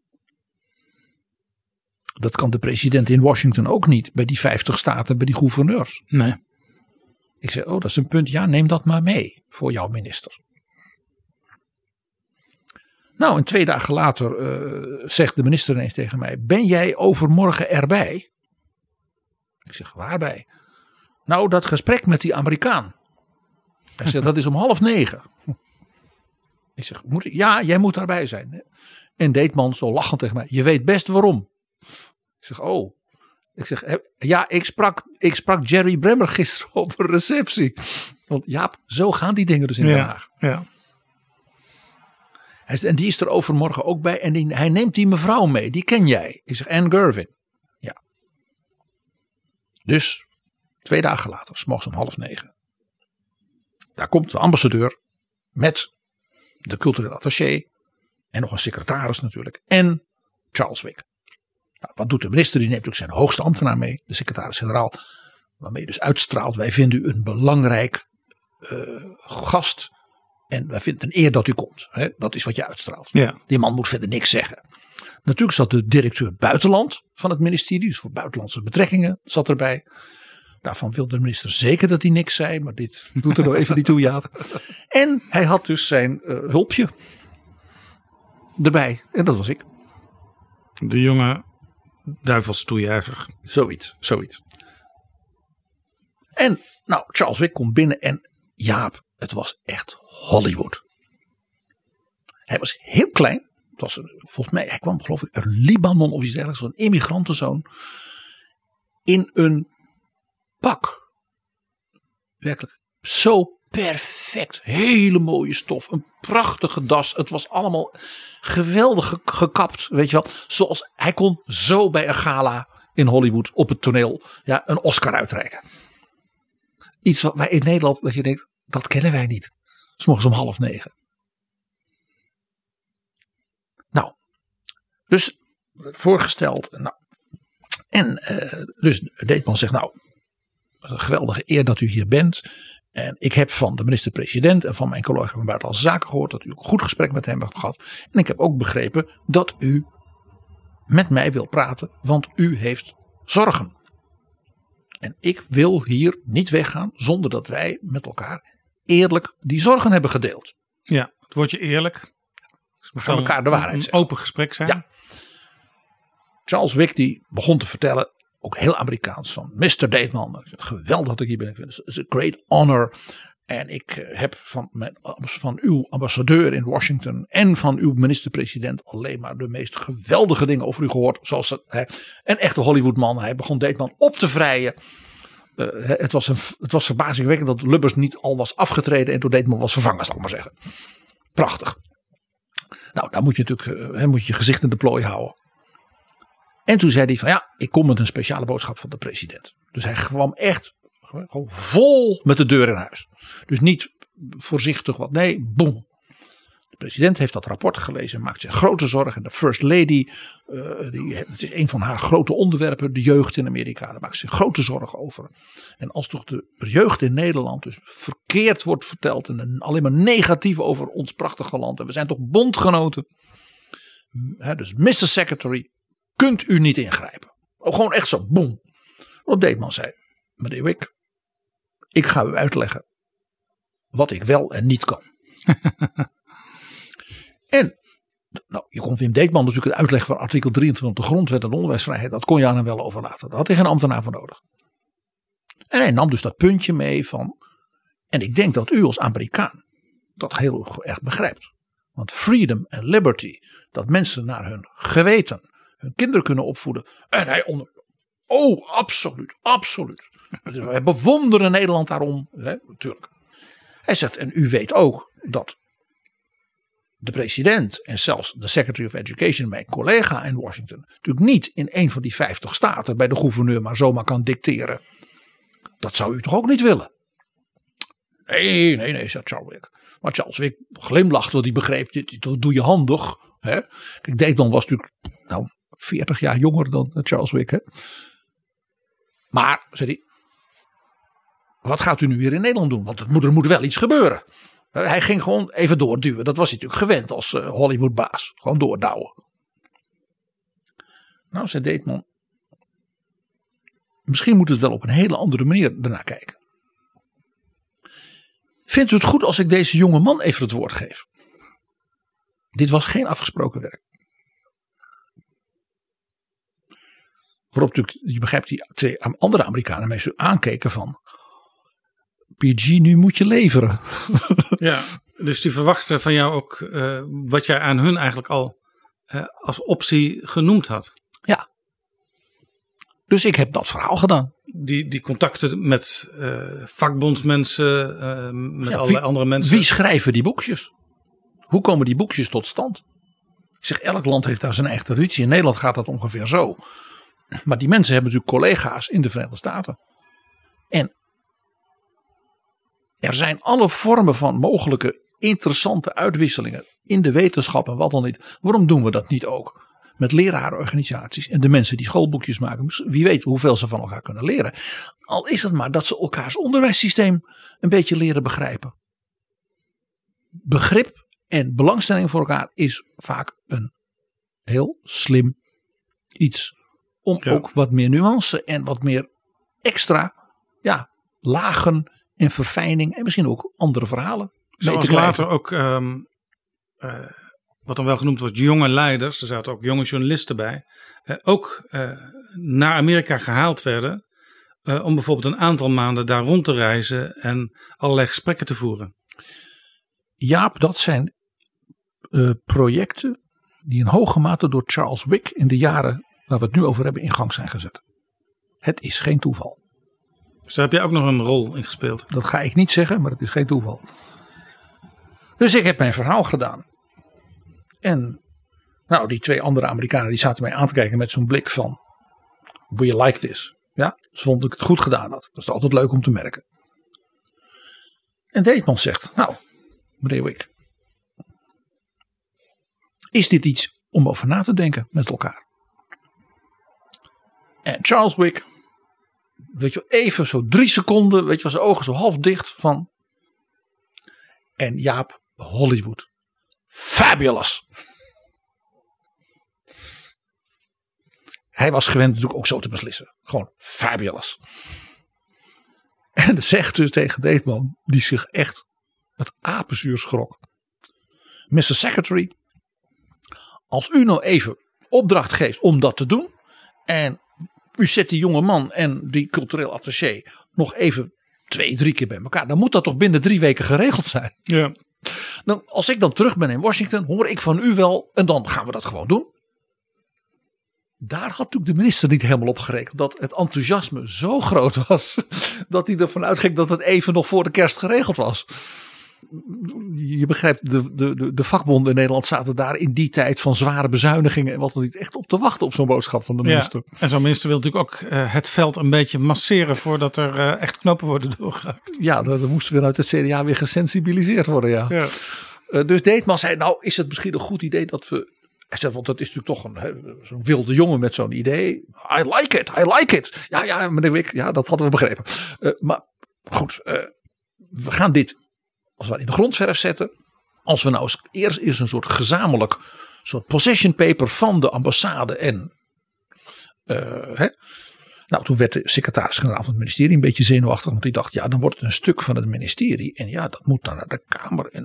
Dat kan de president in Washington ook niet. Bij die 50 staten, bij die gouverneurs.
Nee.
Ik zei, dat is een punt. Ja, neem dat maar mee voor jouw minister. Nou, en 2 dagen later zegt de minister ineens tegen mij. Ben jij overmorgen erbij? Ik zeg, waarbij? Nou, dat gesprek met die Amerikaan. Hij zegt, dat is om 8:30. Ik zeg, ja, jij moet daarbij zijn. En Deetman zo lachend tegen mij. Je weet best waarom. Ik zeg, Ik zeg, ja, ik sprak Jerry Bremmer gisteren op een receptie. Want Jaap, zo gaan die dingen dus in Den Haag.
Ja.
En die is er overmorgen ook bij. En hij neemt die mevrouw mee. Die ken jij. Ik zeg, Anne Gervin. Ja. Dus 2 dagen later, 's morgens om 8:30. Daar komt de ambassadeur met de culturele attaché. En nog een secretaris natuurlijk. En Charles Wick. Nou, wat doet de minister? Die neemt ook zijn hoogste ambtenaar mee. De secretaris-generaal. Waarmee dus uitstraalt. Wij vinden u een belangrijk gast. En wij vinden het een eer dat u komt. Hè? Dat is wat je uitstraalt.
Ja.
Die man moet verder niks zeggen. Natuurlijk zat de directeur buitenland van het ministerie. Dus voor buitenlandse betrekkingen zat erbij. Daarvan wilde de minister zeker dat hij niks zei. Maar dit doet er nou even niet toe, Jaap. En hij had dus zijn hulpje erbij. En dat was ik.
De jonge duivelstoejager.
Zoiets. En nou, Charles Wick komt binnen en Jaap, het was echt Hollywood. Hij was heel klein. Het was, volgens mij, hij kwam geloof ik uit Libanon of iets dergelijks. Zo'n immigrantenzoon. In een pak. Werkelijk zo perfect. Hele mooie stof. Een prachtige das. Het was allemaal geweldig gekapt. Weet je wel. Zoals hij kon zo bij een gala in Hollywood op het toneel een Oscar uitreiken. Iets wat wij in Nederland, dat je denkt, dat kennen wij niet. 's morgens om 8:30. Nou, dus voorgesteld. Nou, en dus Deetman zegt, nou, een geweldige eer dat u hier bent. En ik heb van de minister-president en van mijn collega van Buitenlandse Zaken gehoord dat u een goed gesprek met hem hebt gehad. En ik heb ook begrepen dat u met mij wil praten, want u heeft zorgen. En ik wil hier niet weggaan zonder dat wij met elkaar eerlijk die zorgen hebben gedeeld.
Ja, het woordje eerlijk.
We gaan elkaar de waarheid zeggen.
Een open gesprek zijn.
Ja. Charles Wick die begon te vertellen, ook heel Amerikaans, van Mr. Deetman. Geweldig dat ik hier ben. Het is a great honor. En ik heb van uw ambassadeur in Washington en van uw minister-president alleen maar de meest geweldige dingen over u gehoord. Zoals een echte Hollywoodman. Hij begon Deetman op te vrijen. Het was verbazingwekkend dat Lubbers niet al was afgetreden en door Deetman was vervangen, zal ik maar zeggen. Prachtig. Nou, daar moet je natuurlijk je gezicht in de plooi houden. En toen zei hij van ik kom met een speciale boodschap van de president. Dus hij kwam echt gewoon vol met de deur in huis. Dus niet voorzichtig wat, nee, boem. De president heeft dat rapport gelezen en maakt zich grote zorgen. En de First Lady, het is een van haar grote onderwerpen, de jeugd in Amerika. Daar maakt ze zich grote zorgen over. En als toch de jeugd in Nederland dus verkeerd wordt verteld en alleen maar negatief over ons prachtige land. En we zijn toch bondgenoten. Dus Mr. Secretary, kunt u niet ingrijpen? Gewoon echt zo, boem. Wat Deetman zei, meneer Wick, ik ga u uitleggen wat ik wel en niet kan. En nou, je kon Wim Deetman natuurlijk het uitleggen van artikel 23 de grondwet en de onderwijsvrijheid. Dat kon je aan hem wel overlaten. Daar had hij geen ambtenaar voor nodig. En hij nam dus dat puntje mee van. En ik denk dat u als Amerikaan dat heel erg begrijpt. Want freedom en liberty. Dat mensen naar hun geweten hun kinderen kunnen opvoeden. En hij oh, absoluut, absoluut. Dus wij bewonderen Nederland daarom. Hè, natuurlijk. Hij zegt, en u weet ook dat de president en zelfs de Secretary of Education, mijn collega in Washington, natuurlijk niet in een van die 50 staten bij de gouverneur maar zomaar kan dicteren. Dat zou u toch ook niet willen? Nee, zei Charles Wick. Maar Charles Wick glimlachte, want die begreep, dat doe je handig. Hè? Kijk, Deetman was natuurlijk 40 jaar jonger dan Charles Wick. Hè? Maar, zei hij, wat gaat u nu weer in Nederland doen? Want er moet wel iets gebeuren. Hij ging gewoon even doorduwen. Dat was hij natuurlijk gewend als Hollywoodbaas. Gewoon doordouwen. Nou, zei Deetman. Misschien moet het wel op een hele andere manier ernaar kijken. Vindt u het goed als ik deze jonge man even het woord geef? Dit was geen afgesproken werk. Waarop natuurlijk, je begrijpt, die 2 andere Amerikanen mij zo aankeken van. PG, nu moet je leveren.
Ja, dus die verwachten van jou ook wat jij aan hun eigenlijk al als optie genoemd had.
Ja. Dus ik heb dat verhaal gedaan.
Die contacten met vakbondsmensen, met allerlei andere mensen.
Wie schrijven die boekjes? Hoe komen die boekjes tot stand? Ik zeg, elk land heeft daar zijn eigen traditie. In Nederland gaat dat ongeveer zo. Maar die mensen hebben natuurlijk collega's in de Verenigde Staten. En er zijn alle vormen van mogelijke interessante uitwisselingen in de wetenschap en wat dan niet. Waarom doen we dat niet ook met lerarenorganisaties en de mensen die schoolboekjes maken? Wie weet hoeveel ze van elkaar kunnen leren. Al is het maar dat ze elkaars onderwijssysteem een beetje leren begrijpen. Begrip en belangstelling voor elkaar is vaak een heel slim iets. Om ook wat meer nuance en wat meer extra lagen en verfijning en misschien ook andere verhalen.
Zoals later ook wat dan wel genoemd wordt jonge leiders. Er zaten ook jonge journalisten bij. Ook naar Amerika gehaald werden. Om bijvoorbeeld een aantal maanden daar rond te reizen. En allerlei gesprekken te voeren.
Jaap, dat zijn projecten die in hoge mate door Charles Wick in de jaren waar we het nu over hebben in gang zijn gezet. Het is geen toeval.
Dus daar heb jij ook nog een rol in gespeeld.
Dat ga ik niet zeggen, maar het is geen toeval. Dus ik heb mijn verhaal gedaan. En nou, die 2 andere Amerikanen die zaten mij aan te kijken met zo'n blik van, will you like this? Ja, ze vonden ik het goed gedaan had. Dat is altijd leuk om te merken. En Deetman zegt, nou, meneer Wick, is dit iets om over na te denken met elkaar? En Charles Wick, weet je, even zo 3 seconden, weet je, zijn ogen zo half dicht van. En Jaap, Hollywood. Fabulous. Hij was gewend natuurlijk ook zo te beslissen. Gewoon fabulous. En zegt dus tegen Deetman, die zich echt met apenzuur schrok. Mr. Secretary, als u nou even opdracht geeft om dat te doen. En u zet die jonge man en die cultureel attaché nog even 2-3 keer bij elkaar. Dan moet dat toch binnen 3 weken geregeld zijn.
Ja.
Nou, als ik dan terug ben in Washington, hoor ik van u wel. En dan gaan we dat gewoon doen. Daar had natuurlijk de minister niet helemaal op gerekend. Dat het enthousiasme zo groot was. Dat hij ervan uitging dat het even nog voor de kerst geregeld was. Je begrijpt, de vakbonden in Nederland zaten daar in die tijd van zware bezuinigingen en wat dan niet echt op te wachten op zo'n boodschap van de minister.
Ja, en zo'n minister wil natuurlijk ook het veld een beetje masseren voordat er echt knopen worden doorgehakt.
Ja, dan moesten we vanuit het CDA weer gesensibiliseerd worden. Ja. Dus Deetman zei, nou is het misschien een goed idee dat we. Hij zei, want dat is natuurlijk toch zo'n wilde jongen met zo'n idee. I like it. Ja, meneer Wick, ja, dat hadden we begrepen. Maar goed, we gaan dit als we in de grondverf zetten. Als we nou eerst een soort gezamenlijk soort possession paper van de ambassade en Nou, toen werd de secretaris-generaal van het ministerie een beetje zenuwachtig. Want die dacht, ja, dan wordt het een stuk van het ministerie. En ja, dat moet dan naar de Kamer. En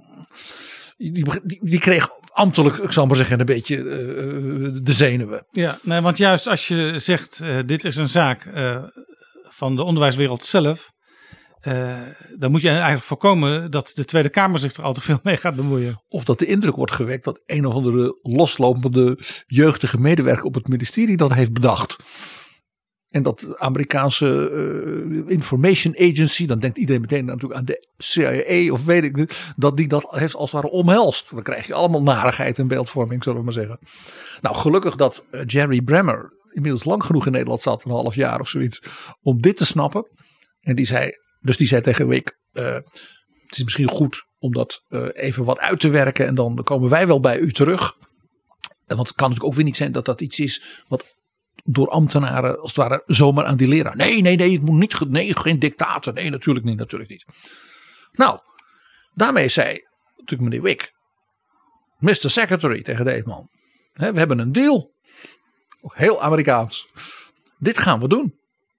die kreeg ambtelijk, ik zal maar zeggen, een beetje de zenuwen.
Ja, nee, want juist als je zegt, dit is een zaak van de onderwijswereld zelf. Dan moet je eigenlijk voorkomen dat de Tweede Kamer zich er al te veel mee gaat bemoeien.
Of dat de indruk wordt gewekt dat een of andere loslopende jeugdige medewerker op het ministerie dat heeft bedacht. En dat de Amerikaanse Information Agency, dan denkt iedereen meteen natuurlijk aan de CIA of weet ik niet, dat die dat heeft als het ware omhelst. Dan krijg je allemaal narigheid en beeldvorming, zullen we maar zeggen. Nou, gelukkig dat Jerry Bremer inmiddels lang genoeg in Nederland zat, een half jaar of zoiets, om dit te snappen. En die zei tegen Wick, het is misschien goed om dat even wat uit te werken en dan komen wij wel bij u terug. Want het kan natuurlijk ook weer niet zijn dat dat iets is wat door ambtenaren als het ware zomaar aan die leraar. Nee, het moet niet, nee, geen dictator. Nee, natuurlijk niet. Nou, daarmee zei natuurlijk meneer Wick, Mr. Secretary tegen deze man. We hebben een deal. Heel Amerikaans. Dit gaan we doen.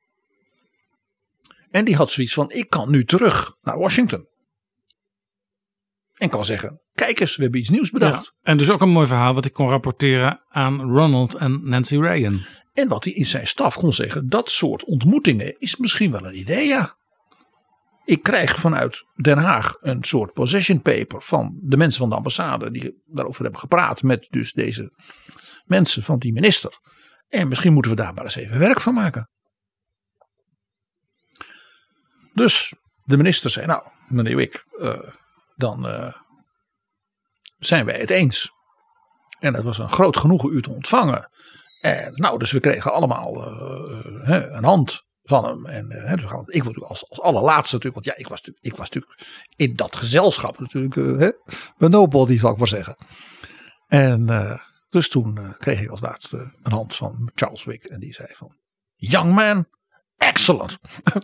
En die had zoiets van, ik kan nu terug naar Washington. En kan zeggen, kijk eens, we hebben iets nieuws bedacht.
Ja, en dus ook een mooi verhaal wat ik kon rapporteren aan Ronald en Nancy Reagan.
En wat hij in zijn staf kon zeggen, dat soort ontmoetingen is misschien wel een idee, ja. Ik krijg vanuit Den Haag een soort position paper van de mensen van de ambassade die daarover hebben gepraat met dus deze mensen van die minister. En misschien moeten we daar maar eens even werk van maken. Dus de minister zei, nou meneer Wick, dan zijn wij het eens. En het was een groot genoegen u te ontvangen. En nou, dus we kregen allemaal een hand van hem. En dus ik was natuurlijk als allerlaatste natuurlijk, want ja, ik was natuurlijk in dat gezelschap natuurlijk een nobody, zal ik maar zeggen. En dus toen kreeg ik als laatste een hand van Charles Wick en die zei van, young man, excellent.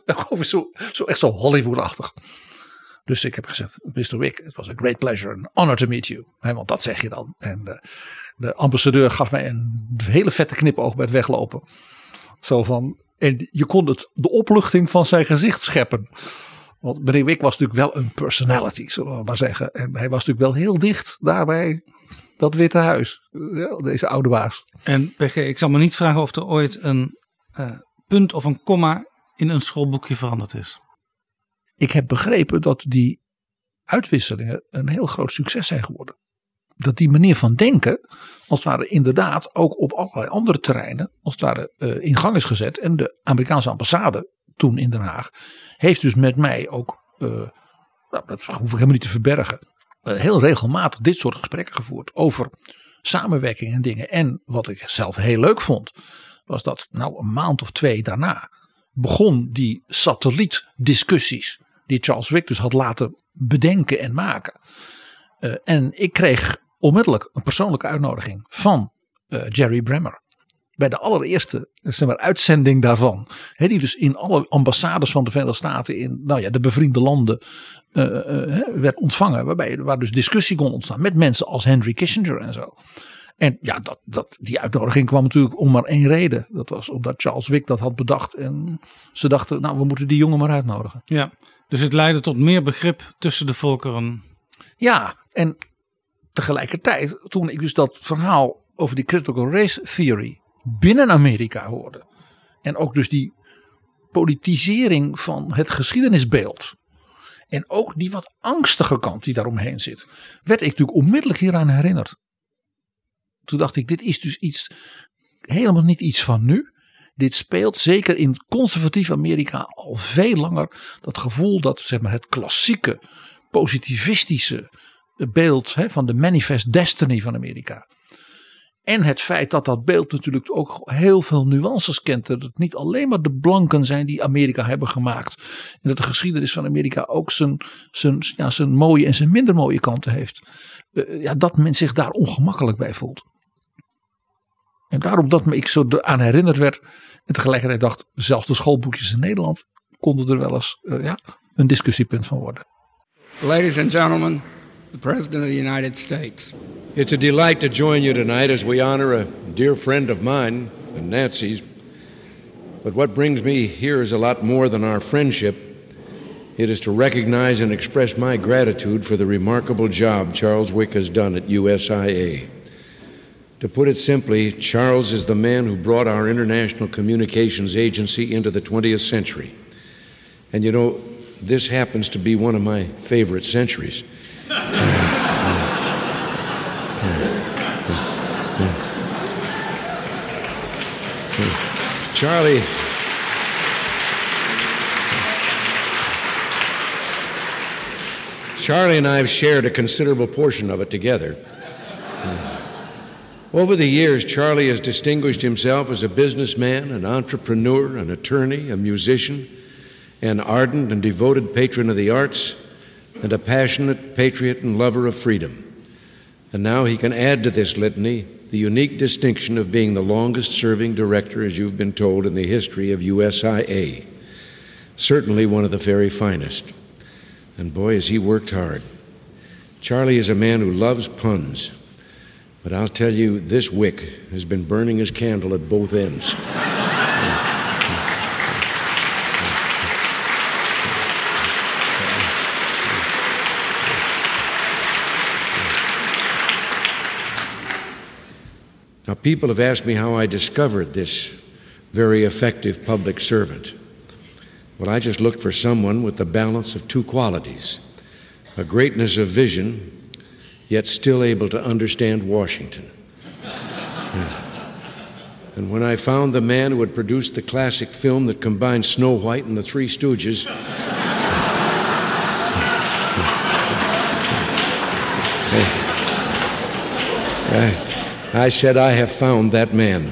zo echt zo Hollywood-achtig. Dus ik heb gezegd, Mr. Wick, it was a great pleasure and honor to meet you. Want dat zeg je dan. En de ambassadeur gaf mij een hele vette knipoog bij het weglopen. Zo van, en je kon de opluchting van zijn gezicht scheppen. Want meneer Wick was natuurlijk wel een personality, zullen we maar zeggen. En hij was natuurlijk wel heel dicht daarbij dat Witte Huis. Ja, deze oude baas.
En PG, ik zal me niet vragen of er ooit een punt of een komma in een schoolboekje veranderd is.
Ik heb begrepen dat die uitwisselingen een heel groot succes zijn geworden. Dat die manier van denken, als het ware inderdaad ook op allerlei andere terreinen, als het ware in gang is gezet. En de Amerikaanse ambassade toen in Den Haag heeft dus met mij ook, dat hoef ik helemaal niet te verbergen, heel regelmatig dit soort gesprekken gevoerd over samenwerking en dingen. En wat ik zelf heel leuk vond, was dat nou een maand of 2 daarna begon die satellietdiscussies die Charles Wick dus had laten bedenken en maken. En ik kreeg onmiddellijk een persoonlijke uitnodiging van Jerry Bremer. Bij de allereerste uitzending daarvan. Die dus in alle ambassades van de Verenigde Staten in de bevriende landen werd ontvangen. Waar dus discussie kon ontstaan met mensen als Henry Kissinger en zo. En ja, die uitnodiging kwam natuurlijk om maar één reden. Dat was omdat Charles Wick dat had bedacht. En ze dachten, nou, we moeten die jongen maar uitnodigen.
Ja, dus het leidde tot meer begrip tussen de volkeren.
Ja, en tegelijkertijd, toen ik dus dat verhaal over die critical race theory binnen Amerika hoorde. En ook dus die politisering van het geschiedenisbeeld. En ook die wat angstige kant die daaromheen zit. Werd ik natuurlijk onmiddellijk hieraan herinnerd. Toen dacht ik, dit is dus iets, helemaal niet iets van nu. Dit speelt zeker in conservatief Amerika al veel langer. Dat gevoel dat zeg maar, het klassieke positivistische beeld van de manifest destiny van Amerika. En het feit dat dat beeld natuurlijk ook heel veel nuances kent. Dat het niet alleen maar de blanken zijn die Amerika hebben gemaakt. En dat de geschiedenis van Amerika ook zijn mooie en zijn minder mooie kanten heeft. Dat men zich daar ongemakkelijk bij voelt. En daarom dat me ik zo aan herinnerd werd. En tegelijkertijd dacht, zelfs de schoolboekjes in Nederland konden er wel eens een discussiepunt van worden.
Ladies and gentlemen, the President of the United States.
It's a delight to join you tonight as we honor a dear friend of mine and Nancy's, But what brings me here is a lot more than our friendship. It is to recognize and express my gratitude for the remarkable job Charles Wick has done at USIA. To put it simply, Charles is the man who brought our international communications agency into the 20th century. And you know, this happens to be one of my favorite centuries. Charlie and I have shared a considerable portion of it together. Over the years, Charlie has distinguished himself as a businessman, an entrepreneur, an attorney, a musician, an ardent and devoted patron of the arts, and a passionate patriot and lover of freedom. And now he can add to this litany the unique distinction of being the longest-serving director, as you've been told, in the history of USIA. Certainly one of the very finest. And boy, has he worked hard. Charlie is a man who loves puns. But I'll tell you, this Wick has been burning his candle at both ends. Now, people have asked me how I discovered this very effective public servant. Well, I just looked for someone with the balance of two qualities: a greatness of vision, yet still able to understand Washington. And when I found the man who had produced the classic film that combined Snow White and the Three Stooges, I said, I have found that man.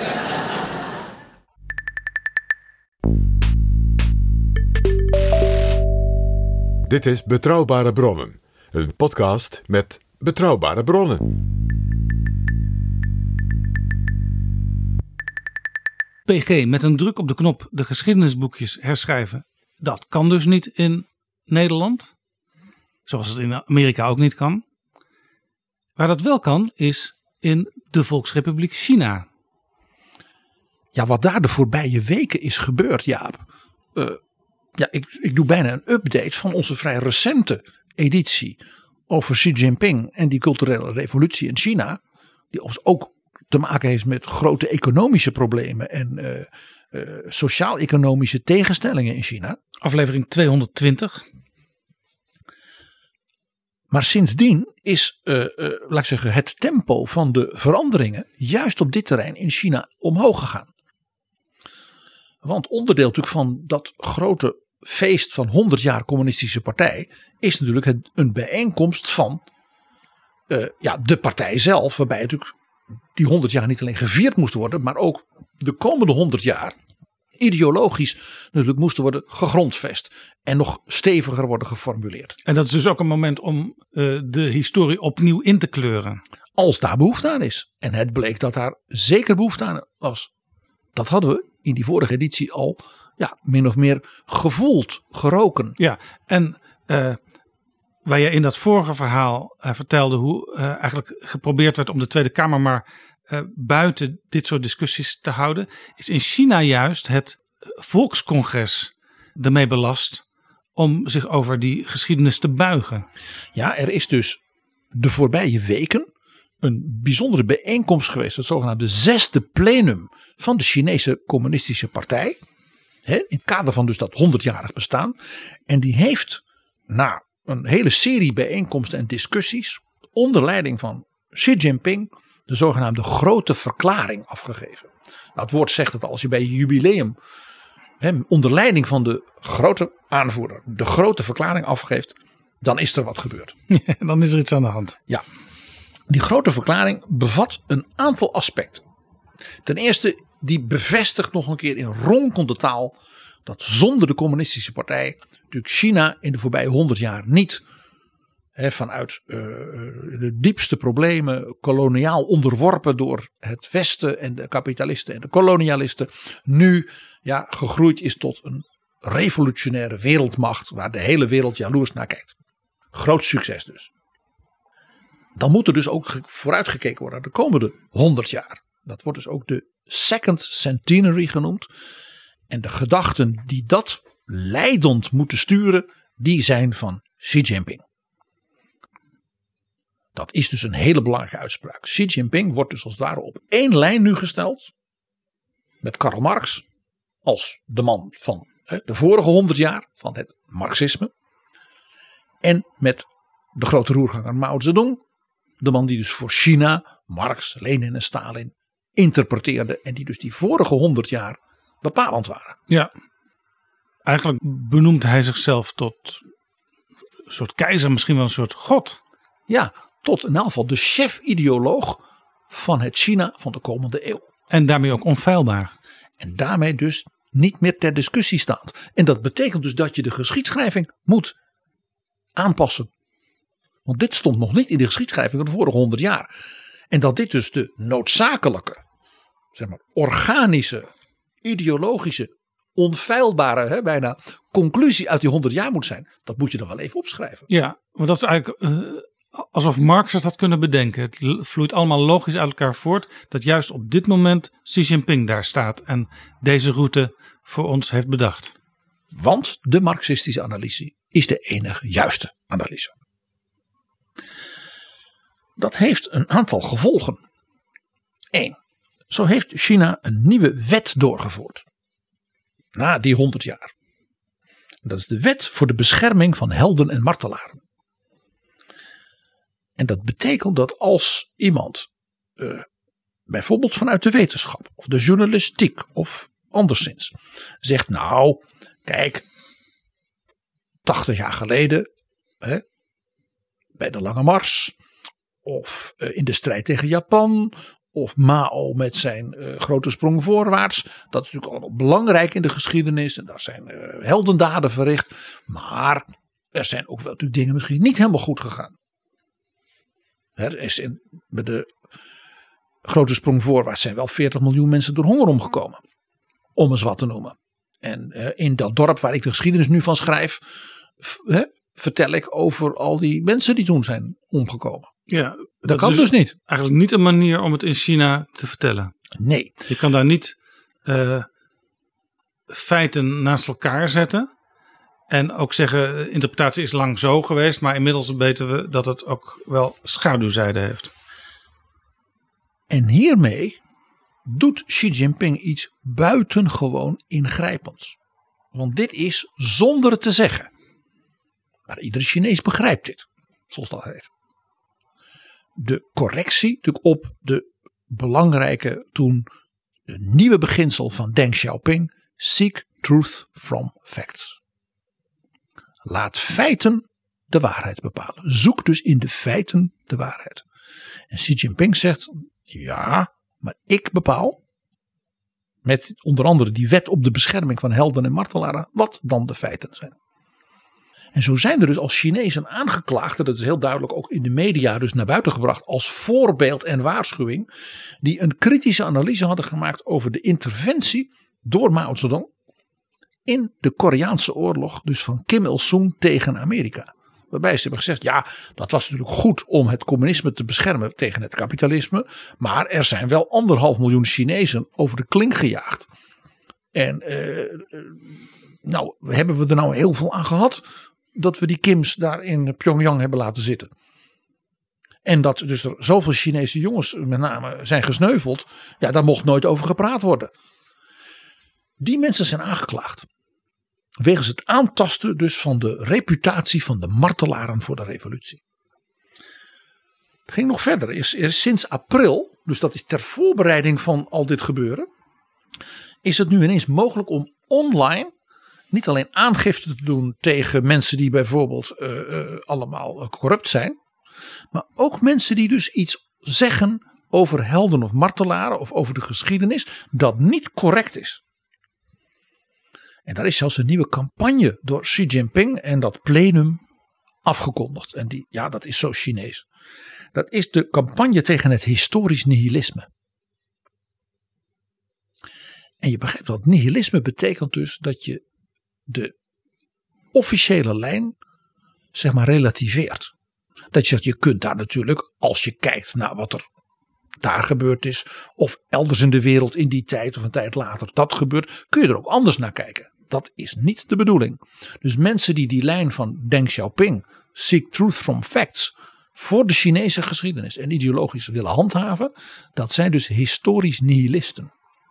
Dit is Betrouwbare Bronnen, een podcast met betrouwbare bronnen.
PG, met een druk op de knop de geschiedenisboekjes herschrijven, dat kan dus niet in Nederland. Zoals het in Amerika ook niet kan. Waar dat wel kan, is in de Volksrepubliek China.
Ja, wat daar de voorbije weken is gebeurd, Jaap. Ik doe bijna een update van onze vrij recente editie over Xi Jinping en die culturele revolutie in China. Die ook te maken heeft met grote economische problemen en sociaal-economische tegenstellingen in China.
Aflevering 220.
Maar sindsdien is, laat ik zeggen, het tempo van de veranderingen juist op dit terrein in China omhoog gegaan. Want onderdeel natuurlijk van dat grote feest van 100 jaar communistische partij is natuurlijk een bijeenkomst van de partij zelf, waarbij natuurlijk die 100 jaar niet alleen gevierd moest worden, maar ook de komende 100 jaar ideologisch natuurlijk moesten worden gegrondvest en nog steviger worden geformuleerd.
En dat is dus ook een moment om de historie opnieuw in te kleuren.
Als daar behoefte aan is. En het bleek dat daar zeker behoefte aan was. Dat hadden we in die vorige editie al min of meer gevoeld, geroken.
Ja, en waar je in dat vorige verhaal vertelde hoe eigenlijk geprobeerd werd om de Tweede Kamer maar buiten dit soort discussies te houden, is in China juist het volkscongres ermee belast om zich over die geschiedenis te buigen.
Ja, er is dus de voorbije weken een bijzondere bijeenkomst geweest, het zogenaamde 6e plenum van de Chinese Communistische Partij. In het kader van dus dat 100-jarig bestaan. En die heeft na een hele serie bijeenkomsten en discussies onder leiding van Xi Jinping de zogenaamde grote verklaring afgegeven. Nou, het woord zegt het al, als je bij je jubileum onder leiding van de grote aanvoerder de grote verklaring afgeeft, dan is er wat gebeurd.
Dan is er iets aan de hand.
Ja, die grote verklaring bevat een aantal aspecten. Ten eerste, die bevestigt nog een keer in ronkende taal dat zonder de communistische partij natuurlijk China in de voorbije 100 jaar niet vanuit de diepste problemen, koloniaal onderworpen door het Westen en de kapitalisten en de kolonialisten, nu gegroeid is tot een revolutionaire wereldmacht waar de hele wereld jaloers naar kijkt. Groot succes dus. Dan moet er dus ook vooruitgekeken worden naar de komende 100 jaar. Dat wordt dus ook de Second Centenary genoemd. En de gedachten die dat leidend moeten sturen, die zijn van Xi Jinping. Dat is dus een hele belangrijke uitspraak. Xi Jinping wordt dus als het ware op één lijn nu gesteld met Karl Marx als de man van de vorige 100 jaar van het Marxisme. En met de grote roerganger Mao Zedong, de man die dus voor China Marx, Lenin en Stalin interpreteerde en die dus die vorige 100 jaar bepalend waren.
Ja, eigenlijk benoemt hij zichzelf tot een soort keizer, misschien wel een soort god.
Ja, tot in elk geval de chef-ideoloog van het China van de komende eeuw.
En daarmee ook onfeilbaar.
En daarmee dus niet meer ter discussie staat. En dat betekent dus dat je de geschiedschrijving moet aanpassen. Want dit stond nog niet in de geschiedschrijving van de vorige 100 jaar. En dat dit dus de noodzakelijke, zeg maar, organische, ideologische, onfeilbare, bijna conclusie uit die 100 jaar moet zijn. Dat moet je dan wel even opschrijven.
Ja, want dat is eigenlijk alsof Marx het had kunnen bedenken. Het vloeit allemaal logisch uit elkaar voort. Dat juist op dit moment Xi Jinping daar staat. En deze route voor ons heeft bedacht.
Want de Marxistische analyse is de enige juiste analyse. Dat heeft een aantal gevolgen. 1. Zo heeft China een nieuwe wet doorgevoerd. Na die 100 jaar. Dat is de wet voor de bescherming van helden en martelaren. En dat betekent dat als iemand bijvoorbeeld vanuit de wetenschap of de journalistiek of anderszins zegt, nou kijk, 80 jaar geleden bij de Lange Mars of in de strijd tegen Japan of Mao met zijn grote sprong voorwaarts, dat is natuurlijk allemaal belangrijk in de geschiedenis en daar zijn heldendaden verricht, maar er zijn ook wel natuurlijk dingen misschien niet helemaal goed gegaan. Er is bij de grote sprong voorwaarts zijn wel 40 miljoen mensen door honger omgekomen. Om eens wat te noemen. En in dat dorp waar ik de geschiedenis nu van schrijf, vertel ik over al die mensen die toen zijn omgekomen.
Ja,
dat kan dus niet.
Eigenlijk niet een manier om het in China te vertellen.
Nee.
Je kan daar niet feiten naast elkaar zetten. En ook zeggen, interpretatie is lang zo geweest, maar inmiddels weten we dat het ook wel schaduwzijde heeft.
En hiermee doet Xi Jinping iets buitengewoon ingrijpends. Want dit is zonder het te zeggen. Maar iedere Chinees begrijpt dit, zoals dat heet. De correctie natuurlijk op de belangrijke toen nieuwe beginsel van Deng Xiaoping, seek truth from facts. Laat feiten de waarheid bepalen. Zoek dus in de feiten de waarheid. En Xi Jinping zegt, ja, maar ik bepaal, met onder andere die wet op de bescherming van helden en martelaren, wat dan de feiten zijn. En zo zijn er dus als Chinezen aangeklaagden, dat is heel duidelijk ook in de media dus naar buiten gebracht als voorbeeld en waarschuwing, die een kritische analyse hadden gemaakt over de interventie door Mao Zedong in de Koreaanse oorlog, dus van Kim Il-sung tegen Amerika. Waarbij ze hebben gezegd, ja, dat was natuurlijk goed om het communisme te beschermen tegen het kapitalisme. Maar er zijn wel 1,5 miljoen Chinezen over de klink gejaagd. En nou, hebben we er nou heel veel aan gehad dat we die Kims daar in Pyongyang hebben laten zitten. En dat dus er zoveel Chinese jongens met name zijn gesneuveld. Ja, daar mocht nooit over gepraat worden. Die mensen zijn aangeklaagd. Wegens het aantasten dus van de reputatie van de martelaren voor de revolutie. Het ging nog verder. Er is sinds april, dus dat is ter voorbereiding van al dit gebeuren, is het nu ineens mogelijk om online niet alleen aangifte te doen tegen mensen die bijvoorbeeld allemaal corrupt zijn, maar ook mensen die dus iets zeggen over helden of martelaren of over de geschiedenis dat niet correct is. En daar is zelfs een nieuwe campagne door Xi Jinping en dat plenum afgekondigd. En die, ja, dat is zo Chinees. Dat is de campagne tegen het historisch nihilisme. En je begrijpt dat nihilisme betekent dus dat je de officiële lijn, zeg maar, relativeert. Dat je kunt daar natuurlijk, als je kijkt naar wat er daar gebeurd is, of elders in de wereld in die tijd of een tijd later dat gebeurt, kun je er ook anders naar kijken. Dat is niet de bedoeling. Dus mensen die lijn van Deng Xiaoping, seek truth from facts, voor de Chinese geschiedenis en ideologisch willen handhaven, dat zijn dus historisch nihilisten.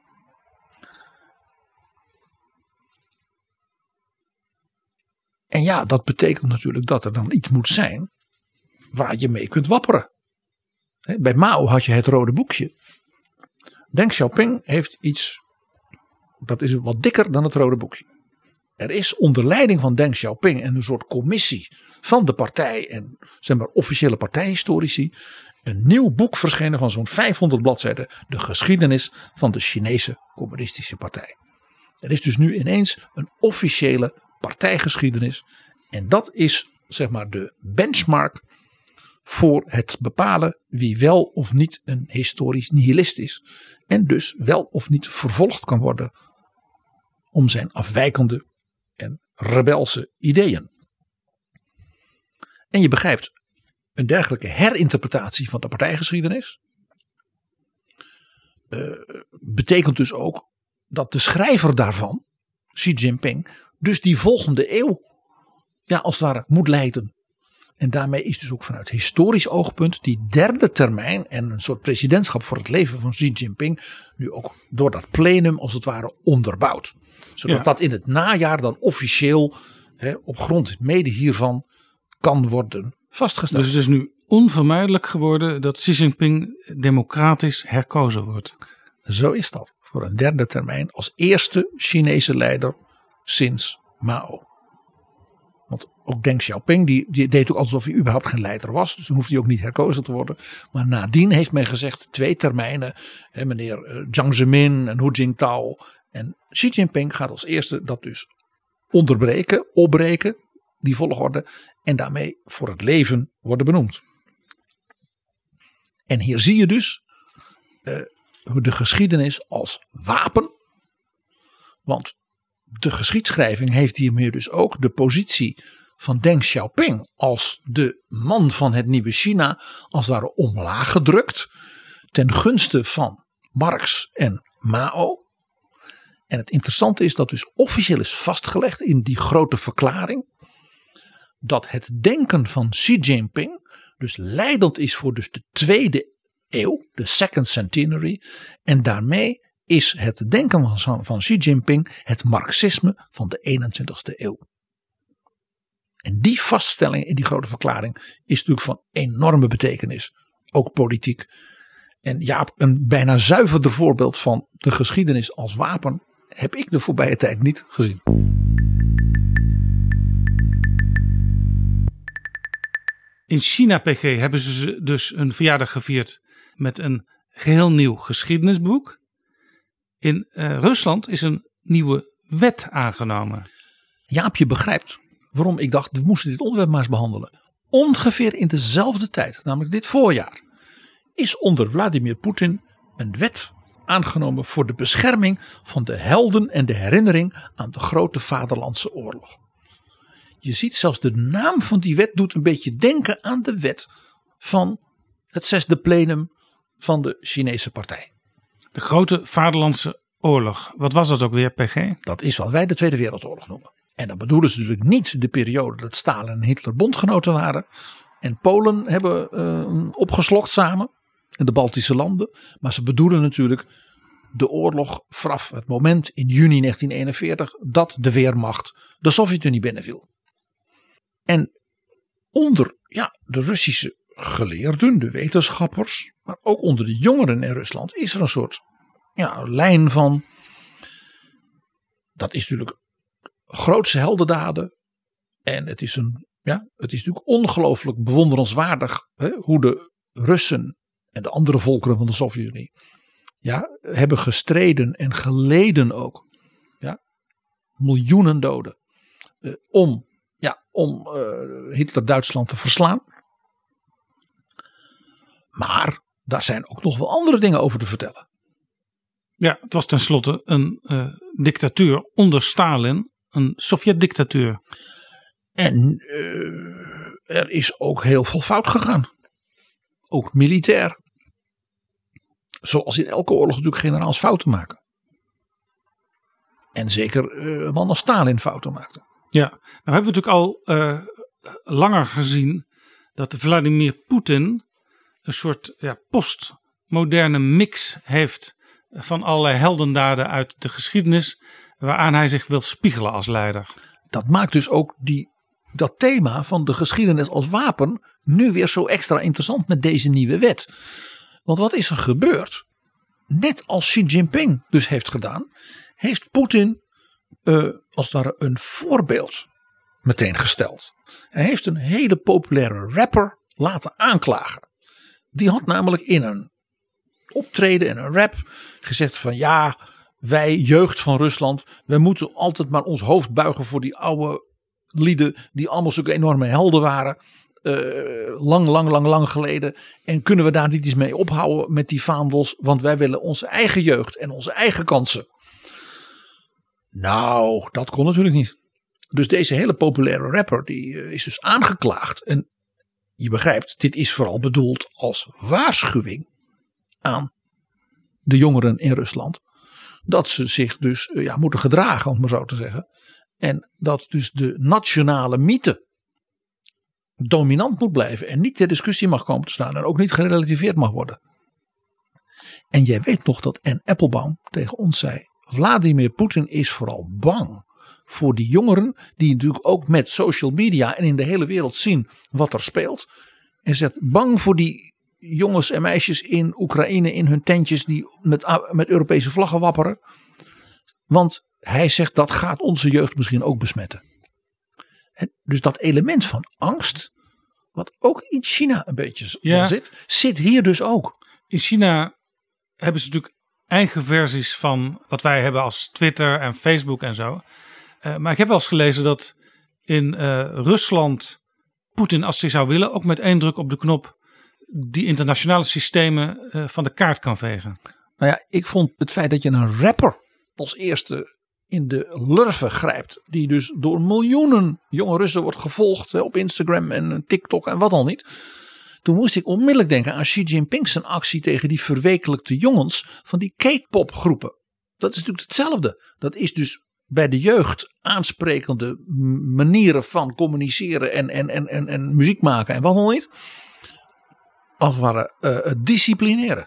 En ja, dat betekent natuurlijk dat er dan iets moet zijn waar je mee kunt wapperen. Bij Mao had je het rode boekje. Deng Xiaoping heeft iets, dat is wat dikker dan het rode boekje. Er is onder leiding van Deng Xiaoping en een soort commissie van de partij en zeg maar officiële partijhistorici een nieuw boek verschenen van zo'n 500 bladzijden. De geschiedenis van de Chinese Communistische Partij. Er is dus nu ineens een officiële partijgeschiedenis. En dat is zeg maar de benchmark voor het bepalen wie wel of niet een historisch nihilist is. En dus wel of niet vervolgd kan worden om zijn afwijkende en rebelse ideeën. En je begrijpt, een dergelijke herinterpretatie van de partijgeschiedenis betekent dus ook dat de schrijver daarvan, Xi Jinping, dus die volgende eeuw als het ware moet leiden. En daarmee is dus ook vanuit historisch oogpunt die derde termijn en een soort presidentschap voor het leven van Xi Jinping nu ook door dat plenum als het ware onderbouwd. Zodat dat in het najaar dan officieel op grond mede hiervan kan worden vastgesteld.
Dus het is nu onvermijdelijk geworden dat Xi Jinping democratisch herkozen wordt.
Zo is dat. Voor een derde termijn als eerste Chinese leider sinds Mao. Want ook Deng Xiaoping die deed ook alsof hij überhaupt geen leider was. Dus dan hoeft hij ook niet herkozen te worden. Maar nadien heeft men gezegd 2 termijnen. Meneer Jiang Zemin en Hu Jintao. En Xi Jinping gaat als eerste dat dus opbreken. Die volgorde. En daarmee voor het leven worden benoemd. En hier zie je dus de geschiedenis als wapen. Want de geschiedschrijving heeft hiermee dus ook de positie van Deng Xiaoping als de man van het nieuwe China als het ware omlaag gedrukt ten gunste van Marx en Mao. En het interessante is dat dus officieel is vastgelegd in die grote verklaring dat het denken van Xi Jinping dus leidend is voor dus de tweede eeuw, de second centenary, en daarmee is het denken van Xi Jinping het marxisme van de 21ste eeuw. En die vaststelling in die grote verklaring is natuurlijk van enorme betekenis, ook politiek. En Jaap, een bijna zuiverder voorbeeld van de geschiedenis als wapen heb ik de voorbije tijd niet gezien.
In China, PG, hebben ze dus een verjaardag gevierd met een geheel nieuw geschiedenisboek. In Rusland is een nieuwe wet aangenomen.
Jaap, je begrijpt waarom ik dacht, we moesten dit onderwerp maar eens behandelen. Ongeveer in dezelfde tijd, namelijk dit voorjaar, is onder Vladimir Poetin een wet aangenomen voor de bescherming van de helden en de herinnering aan de grote vaderlandse oorlog. Je ziet zelfs de naam van die wet doet een beetje denken aan de wet van het 6e plenum van de Chinese partij.
De grote vaderlandse oorlog. Wat was dat ook weer, PG?
Dat is wat wij de Tweede Wereldoorlog noemen. En dan bedoelen ze natuurlijk niet de periode dat Stalin en Hitler bondgenoten waren. En Polen hebben opgeslokt samen. En de Baltische landen. Maar ze bedoelen natuurlijk de oorlog vanaf het moment in juni 1941 dat de Wehrmacht de Sovjet-Unie binnenviel. En onder de Russische geleerden, de wetenschappers, maar ook onder de jongeren in Rusland is er een soort lijn van, dat is natuurlijk grootse heldendaden. En het is natuurlijk ongelooflijk bewonderenswaardig hoe de Russen en de andere volkeren van de Sovjet-Unie hebben gestreden en geleden ook. Miljoenen doden om Hitler-Duitsland te verslaan. Maar daar zijn ook nog wel andere dingen over te vertellen.
Ja, het was tenslotte een dictatuur onder Stalin, een Sovjet-dictatuur.
En er is ook heel veel fout gegaan. Ook militair. Zoals in elke oorlog natuurlijk generaals fouten maken. En zeker een man als Stalin fouten maakte.
Ja, nou hebben we natuurlijk al langer gezien dat Vladimir Poetin een soort postmoderne mix heeft van allerlei heldendaden uit de geschiedenis, waaraan hij zich wil spiegelen als leider.
Dat maakt dus ook dat thema van de geschiedenis als wapen nu weer zo extra interessant met deze nieuwe wet. Want wat is er gebeurd? Net als Xi Jinping dus heeft gedaan, heeft Poetin als het ware een voorbeeld meteen gesteld. Hij heeft een hele populaire rapper laten aanklagen. Die had namelijk in een optreden en een rap gezegd van ja, wij jeugd van Rusland, wij moeten altijd maar ons hoofd buigen voor die oude lieden die allemaal zulke enorme helden waren. Lang geleden. En kunnen we daar niet iets mee ophouden met die vaandels, want wij willen onze eigen jeugd en onze eigen kansen. Nou, dat kon natuurlijk niet. Dus deze hele populaire rapper die is dus aangeklaagd. En je begrijpt, dit is vooral bedoeld als waarschuwing aan de jongeren in Rusland. Dat ze zich dus moeten gedragen, om het maar zo te zeggen. En dat dus de nationale mythe dominant moet blijven. En niet ter discussie mag komen te staan. En ook niet gerelativeerd mag worden. En jij weet nog dat Anne Applebaum tegen ons zei. Vladimir Poetin is vooral bang voor die jongeren. Die natuurlijk ook met social media en in de hele wereld zien wat er speelt. En zegt bang voor die jongens en meisjes in Oekraïne in hun tentjes die met Europese vlaggen wapperen. Want hij zegt dat gaat onze jeugd misschien ook besmetten. En dus dat element van angst, wat ook in China een beetje zit hier dus ook.
In China hebben ze natuurlijk eigen versies van wat wij hebben als Twitter en Facebook en zo. Maar ik heb wel eens gelezen dat in Rusland Poetin, als hij zou willen, ook met één druk op de knop die internationale systemen van de kaart kan vegen.
Nou ja, ik vond het feit dat je een rapper als eerste in de lurven grijpt, die dus door miljoenen jonge Russen wordt gevolgd op Instagram en TikTok en wat al niet. Toen moest ik onmiddellijk denken aan Xi Jinping zijn actie tegen die verwekelijkte jongens van die K-pop groepen. Dat is natuurlijk hetzelfde. Dat is dus bij de jeugd aansprekende manieren van communiceren en muziek maken en wat al niet. Als het ware het disciplineren.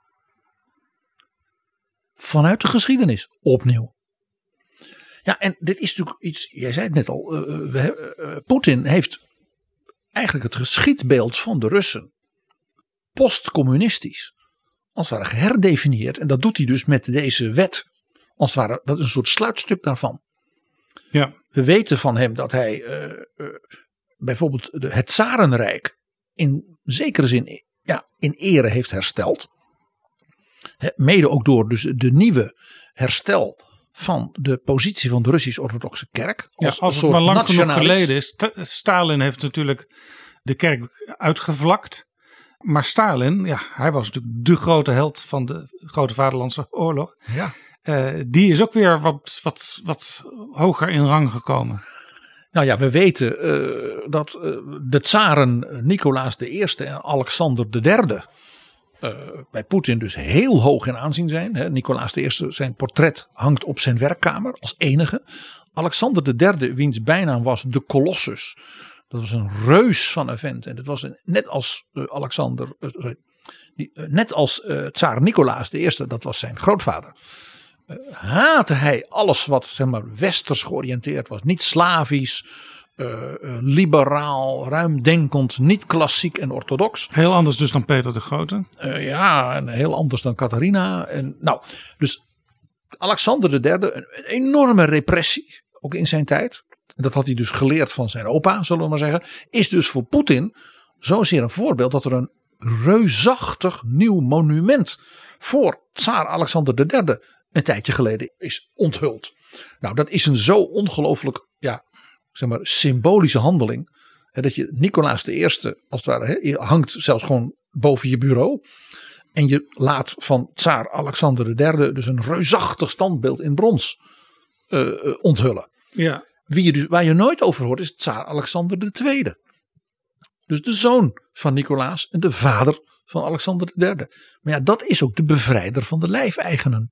Vanuit de geschiedenis opnieuw. Ja, en dit is natuurlijk iets, jij zei het net al, Poetin heeft eigenlijk het geschiedbeeld van de Russen postcommunistisch als het ware geherdefinieerd. En dat doet hij dus met deze wet. Als het ware, dat is een soort sluitstuk daarvan.
Ja.
We weten van hem dat hij bijvoorbeeld het Tsarenrijk in zekere zin in ere heeft hersteld. Mede ook door dus de nieuwe herstel van de positie van de Russisch-Orthodoxe Kerk.
Als het maar lang genoeg geleden is. Stalin heeft natuurlijk de kerk uitgevlakt. Maar Stalin, hij was natuurlijk de grote held van de Grote Vaderlandse Oorlog.
Ja.
Die is ook weer wat hoger in rang gekomen.
Nou ja, we weten dat de tsaren Nicolaas I en Alexander III bij Poetin dus heel hoog in aanzien zijn. Nicolaas I, zijn portret hangt op zijn werkkamer als enige. Alexander III, wiens bijnaam was de Colossus. Dat was een reus van een vent. En dat was net als net als tsaar Nicolaas I, dat was zijn grootvader. Haatte hij alles wat zeg maar westers georiënteerd was. Niet slavisch, liberaal, ruimdenkend, niet klassiek en orthodox.
Heel anders dus dan Peter de Grote.
En heel anders dan Catharina. Dus Alexander III, een enorme repressie, ook in zijn tijd. Dat had hij dus geleerd van zijn opa, zullen we maar zeggen. Is dus voor Poetin zozeer een voorbeeld dat er een reusachtig nieuw monument voor tsaar Alexander III een tijdje geleden is onthuld. Nou, dat is een zo ongelooflijk symbolische handeling. Dat je Nicolaas I als het ware hangt zelfs gewoon boven je bureau. En je laat van tsaar Alexander III dus een reusachtig standbeeld in brons onthullen.
Ja.
Waar je nooit over hoort is tsaar Alexander II. Dus de zoon van Nicolaas en de vader van Alexander III. Maar ja, dat is ook de bevrijder van de lijfeigenen.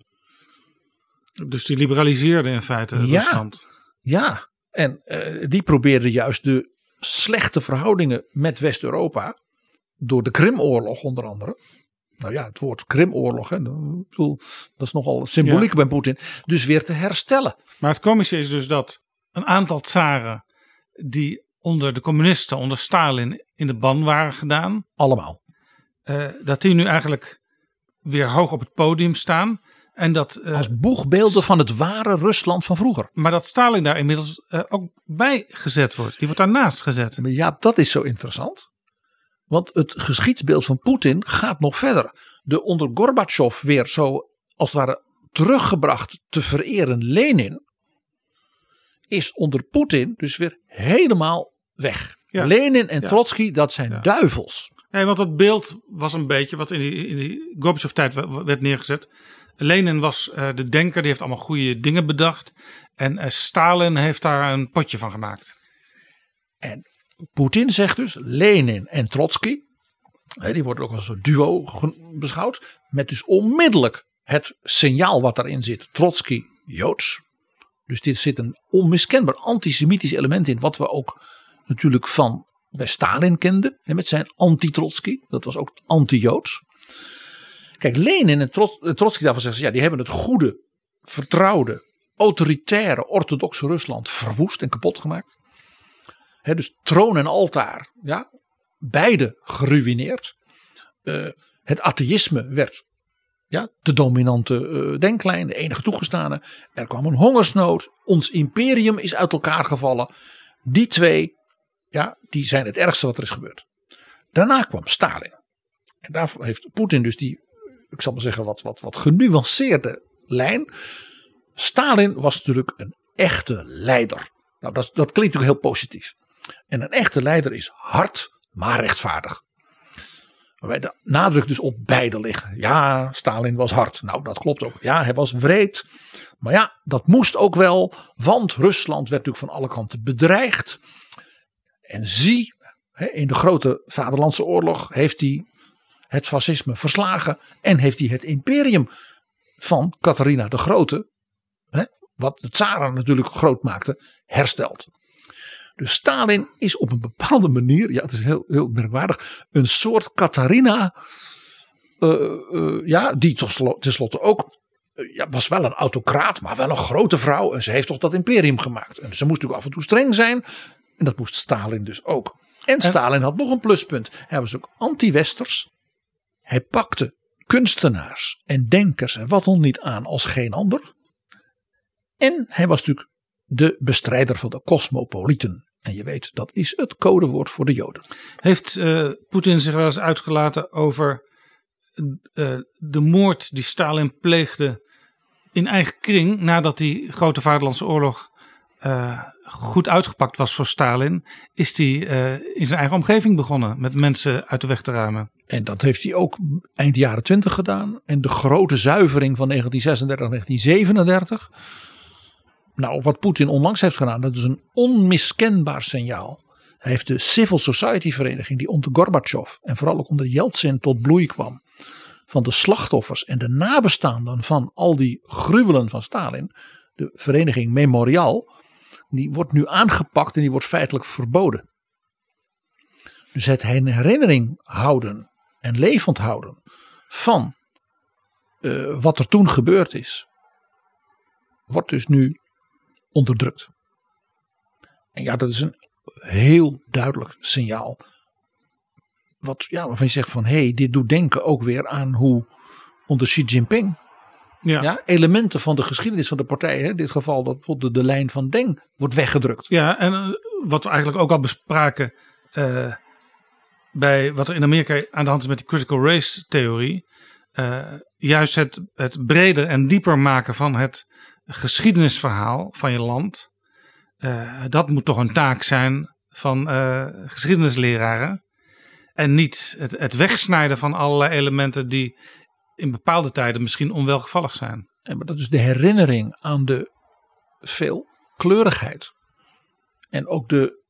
Dus die liberaliseerde in feite Rusland.
Ja, en die probeerde juist de slechte verhoudingen met West-Europa, door de Krimoorlog onder andere. Nou ja, het woord Krimoorlog, hè, dat is nogal symboliek bij Poetin. Dus weer te herstellen.
Maar het komische is dus dat een aantal tsaren die onder de communisten, onder Stalin in de ban waren gedaan.
Allemaal.
Dat die nu eigenlijk weer hoog op het podium staan. En dat,
als boegbeelden van het ware Rusland van vroeger.
Maar dat Stalin daar inmiddels ook bij gezet wordt. Die wordt daarnaast gezet.
Maar ja, dat is zo interessant. Want het geschiedsbeeld van Poetin gaat nog verder. De onder Gorbachev weer zo als het ware teruggebracht te vereren Lenin is onder Poetin dus weer helemaal weg. Ja. Lenin en Trotsky, dat zijn duivels.
Nee, want dat beeld was een beetje wat in die Gorbachev-tijd werd neergezet. Lenin was de denker, die heeft allemaal goede dingen bedacht. En Stalin heeft daar een potje van gemaakt.
En Poetin zegt dus, Lenin en Trotsky, die worden ook als een duo beschouwd. Met dus onmiddellijk het signaal wat daarin zit. Trotsky, Joods. Dus dit zit een onmiskenbaar antisemitisch element in. Wat we ook natuurlijk van bij Stalin kenden. Met zijn anti-Trotsky. Dat was ook anti-Joods. Kijk, Lenin en Trotsky daarvan zeggen ze, die hebben het goede, vertrouwde, autoritaire, orthodoxe Rusland verwoest en kapot gemaakt. Dus troon en altaar, beide geruïneerd. Het atheïsme werd de dominante denklijn, de enige toegestane. Er kwam een hongersnood. Ons imperium is uit elkaar gevallen. Die twee, die zijn het ergste wat er is gebeurd. Daarna kwam Stalin. En daarvoor heeft Poetin dus die, ik zal maar zeggen, wat genuanceerde lijn. Stalin was natuurlijk een echte leider. Nou, dat klinkt natuurlijk heel positief. En een echte leider is hard, maar rechtvaardig. Waarbij de nadruk dus op beide ligt. Ja, Stalin was hard. Nou, dat klopt ook. Ja, hij was wreed. Maar dat moest ook wel. Want Rusland werd natuurlijk van alle kanten bedreigd. En zie, in de grote Vaderlandse oorlog heeft hij het fascisme verslagen. En heeft hij het imperium van Catharina de Grote, wat de tsaren natuurlijk groot maakte, hersteld. Dus Stalin is op een bepaalde manier, het is heel, heel merkwaardig, een soort Catharina, die tenslotte ook, was wel een autocraat, maar wel een grote vrouw. En ze heeft toch dat imperium gemaakt. En ze moest natuurlijk af en toe streng zijn. En dat moest Stalin dus ook. En Stalin had nog een pluspunt. Hij was ook anti-westers. Hij pakte kunstenaars en denkers en wat dan niet aan als geen ander. En hij was natuurlijk de bestrijder van de cosmopolieten. En je weet, dat is het codewoord voor de Joden.
Heeft Poetin zich wel eens uitgelaten over de moord die Stalin pleegde in eigen kring, nadat die grote Vaderlandse oorlog goed uitgepakt was voor Stalin, is hij in zijn eigen omgeving begonnen met mensen uit de weg te ruimen.
En dat heeft hij ook eind jaren 20 gedaan. En de grote zuivering van 1936, 1937. Nou, wat Poetin onlangs heeft gedaan, dat is een onmiskenbaar signaal. Hij heeft de Civil Society vereniging die onder Gorbachev en vooral ook onder Yeltsin tot bloei kwam. Van de slachtoffers en de nabestaanden van al die gruwelen van Stalin. De vereniging Memorial, die wordt nu aangepakt en die wordt feitelijk verboden. Dus het herinnering houden en levend houden van wat er toen gebeurd is, wordt dus nu onderdrukt. En dat is een heel duidelijk signaal. Waarvan je zegt van dit doet denken ook weer aan hoe onder Xi Jinping elementen van de geschiedenis van de partij, in dit geval dat bijvoorbeeld de lijn van Deng wordt weggedrukt.
Ja, en wat we eigenlijk ook al bespraken bij wat er in Amerika aan de hand is met die critical race theorie. Juist het breder en dieper maken van het geschiedenisverhaal van je land. Dat moet toch een taak zijn van geschiedenisleraren. En niet het wegsnijden van allerlei elementen die in bepaalde tijden misschien onwelgevallig zijn.
Maar dat is de herinnering aan de veelkleurigheid. En ook de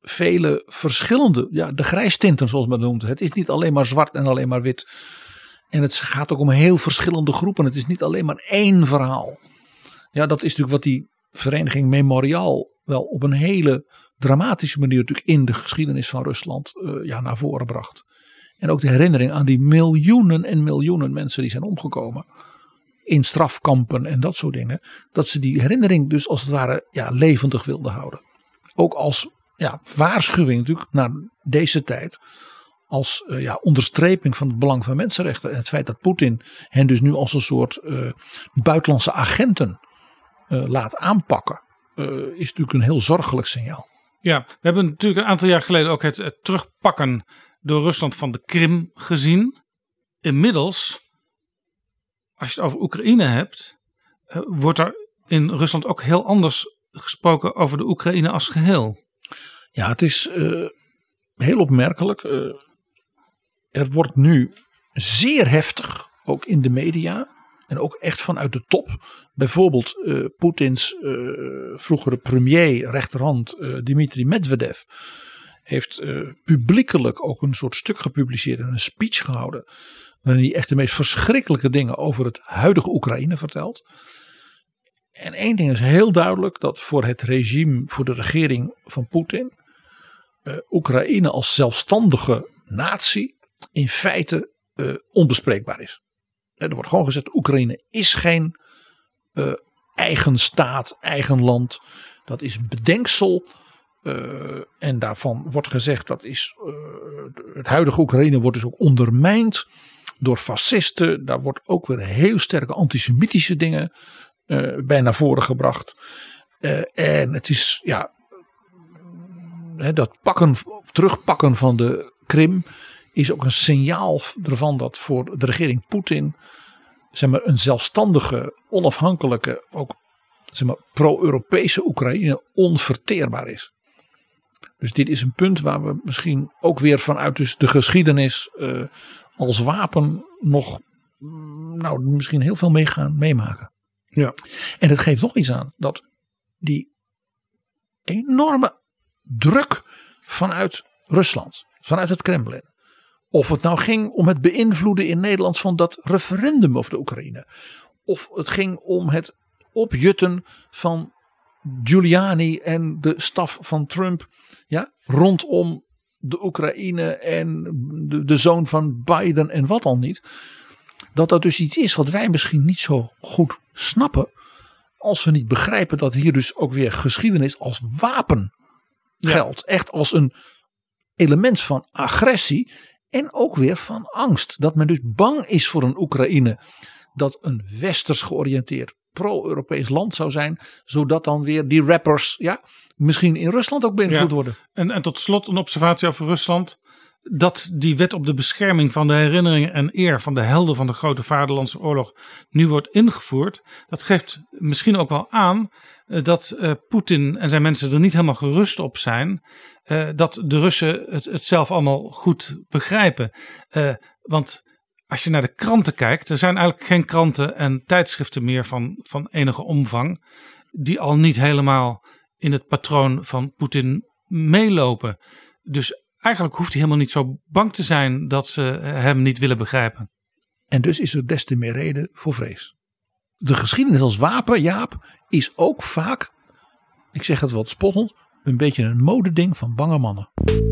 vele verschillende, de grijstinten zoals men noemt. Het is niet alleen maar zwart en alleen maar wit. En het gaat ook om heel verschillende groepen. Het is niet alleen maar één verhaal. Ja, dat is natuurlijk wat die vereniging Memorial wel op een hele dramatische manier natuurlijk in de geschiedenis van Rusland naar voren bracht. En ook de herinnering aan die miljoenen en miljoenen mensen die zijn omgekomen in strafkampen en dat soort dingen. Dat ze die herinnering dus als het ware levendig wilden houden. Ook als waarschuwing natuurlijk naar deze tijd. Als onderstreping van het belang van mensenrechten. En het feit dat Poetin hen dus nu als een soort buitenlandse agenten laat aanpakken. Is natuurlijk een heel zorgelijk signaal.
Ja, we hebben natuurlijk een aantal jaar geleden ook het terugpakken door Rusland van de Krim gezien. Inmiddels, als je het over Oekraïne hebt, wordt er in Rusland ook heel anders gesproken over de Oekraïne als geheel.
Ja, het is heel opmerkelijk. Er wordt nu zeer heftig, ook in de media en ook echt vanuit de top. Bijvoorbeeld Poetins vroegere premier, rechterhand Dmitri Medvedev heeft publiekelijk ook een soort stuk gepubliceerd en een speech gehouden. Waarin hij echt de meest verschrikkelijke dingen over het huidige Oekraïne vertelt. En één ding is heel duidelijk, dat voor het regime, voor de regering van Poetin, Oekraïne als zelfstandige natie in feite onbespreekbaar is. Er wordt gewoon gezegd, Oekraïne is geen eigen staat, eigen land. Dat is bedenksel. En daarvan wordt gezegd dat is het huidige Oekraïne wordt dus ook ondermijnd door fascisten. Daar wordt ook weer heel sterke antisemitische dingen bij naar voren gebracht. En het is dat terugpakken van de Krim is ook een signaal ervan dat voor de regering Poetin een zelfstandige, onafhankelijke, ook pro-Europese Oekraïne onverteerbaar is. Dus dit is een punt waar we misschien ook weer vanuit dus de geschiedenis als wapen nog misschien heel veel mee gaan meemaken.
Ja.
En het geeft nog iets aan dat die enorme druk vanuit Rusland, vanuit het Kremlin. Of het nou ging om het beïnvloeden in Nederland van dat referendum over de Oekraïne. Of het ging om het opjutten van Giuliani en de staf van Trump. Ja, rondom de Oekraïne en de zoon van Biden en wat al niet. Dat dus iets is wat wij misschien niet zo goed snappen. Als we niet begrijpen dat hier dus ook weer geschiedenis als wapen geldt. Echt als een element van agressie. En ook weer van angst. Dat men dus bang is voor een Oekraïne. Dat een westers georiënteerd pro-Europees land zou zijn. Zodat dan weer die rappers misschien in Rusland ook beïnvloed worden.
En tot slot een observatie over Rusland. Dat die wet op de bescherming van de herinneringen en eer van de helden van de grote Vaderlandse oorlog nu wordt ingevoerd. Dat geeft misschien ook wel aan dat Poetin en zijn mensen er niet helemaal gerust op zijn. Dat de Russen het zelf allemaal goed begrijpen. Want als je naar de kranten kijkt, er zijn eigenlijk geen kranten en tijdschriften meer van enige omvang. Die al niet helemaal in het patroon van Poetin meelopen. Dus eigenlijk hoeft hij helemaal niet zo bang te zijn dat ze hem niet willen begrijpen.
En dus is er des te meer reden voor vrees. De geschiedenis als wapen, Jaap, is ook vaak, ik zeg het wat spottend, een beetje een modeding van bange mannen.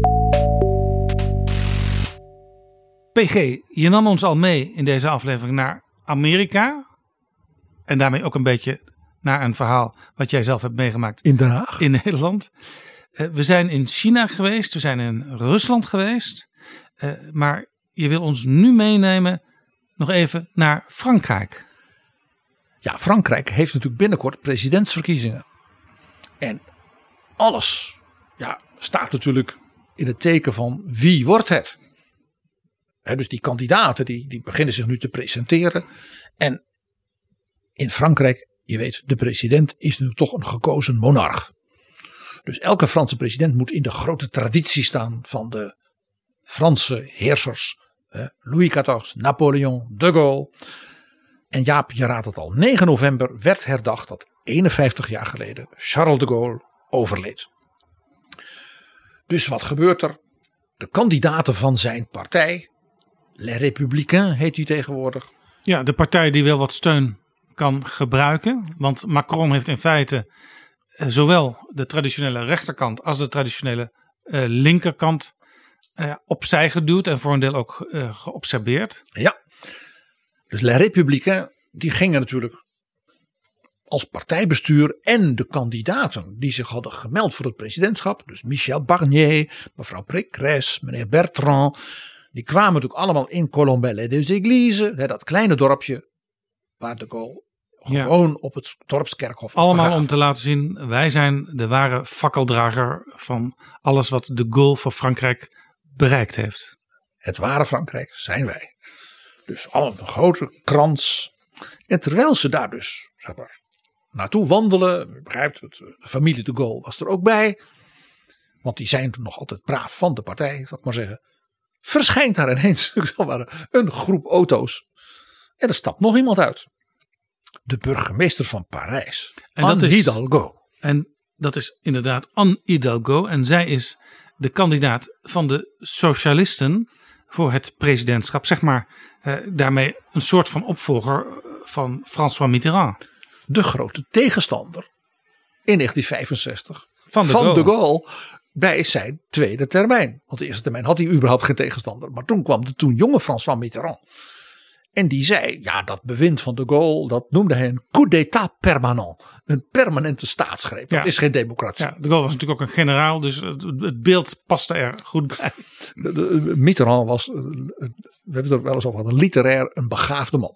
PG, je nam ons al mee in deze aflevering naar Amerika. En daarmee ook een beetje naar een verhaal wat jij zelf hebt meegemaakt.
In Den Haag.
In Nederland. We zijn in China geweest, we zijn in Rusland geweest. Maar je wil ons nu meenemen nog even naar Frankrijk.
Ja, Frankrijk heeft natuurlijk binnenkort presidentsverkiezingen. En alles staat natuurlijk in het teken van wie wordt het? Dus die kandidaten die beginnen zich nu te presenteren. En in Frankrijk, je weet, de president is nu toch een gekozen monarch. Dus elke Franse president moet in de grote traditie staan van de Franse heersers. Louis XIV, Napoleon, de Gaulle. En Jaap, je raadt het al, 9 november werd herdacht dat 51 jaar geleden Charles de Gaulle overleed. Dus wat gebeurt er? De kandidaten van zijn partij, Les Républicains heet die tegenwoordig.
Ja, de partij die wel wat steun kan gebruiken. Want Macron heeft in feite zowel de traditionele rechterkant als de traditionele linkerkant opzij geduwd en voor een deel ook geobserveerd.
Ja, dus Les Républicains die gingen natuurlijk als partijbestuur en de kandidaten die zich hadden gemeld voor het presidentschap, dus Michel Barnier, mevrouw Pécresse, meneer Bertrand, die kwamen natuurlijk allemaal in Colombey-les-Deux-Églises, dat kleine dorpje waar de Gaulle gewoon op het dorpskerkhof was
allemaal
begraven.
om te laten zien, wij zijn de ware fakkeldrager van alles wat de Gaulle voor Frankrijk bereikt heeft.
Het ware Frankrijk zijn wij. Dus allemaal een grote krans. En terwijl ze daar dus naartoe wandelen, u begrijpt het, de familie de Gaulle was er ook bij. Want die zijn nog altijd braaf van de partij, zal ik maar zeggen. Verschijnt daar ineens een groep auto's. En er stapt nog iemand uit. De burgemeester van Parijs, Anne Hidalgo.
En dat is inderdaad Anne Hidalgo. En zij is de kandidaat van de socialisten voor het presidentschap. Zeg maar daarmee een soort van opvolger van François Mitterrand.
De grote tegenstander in 1965
van
de Gaulle bij zijn tweede termijn. Want de eerste termijn had hij überhaupt geen tegenstander. Maar toen kwam de toen jonge François Mitterrand. En die zei, ja, dat bewind van de Gaulle, dat noemde hij een coup d'état permanent. Een permanente staatsgreep. Dat is geen democratie.
Ja, de Gaulle was natuurlijk ook een generaal, dus het beeld paste er goed bij.
Mitterrand was, we hebben het er wel eens over gehad, een begaafde man.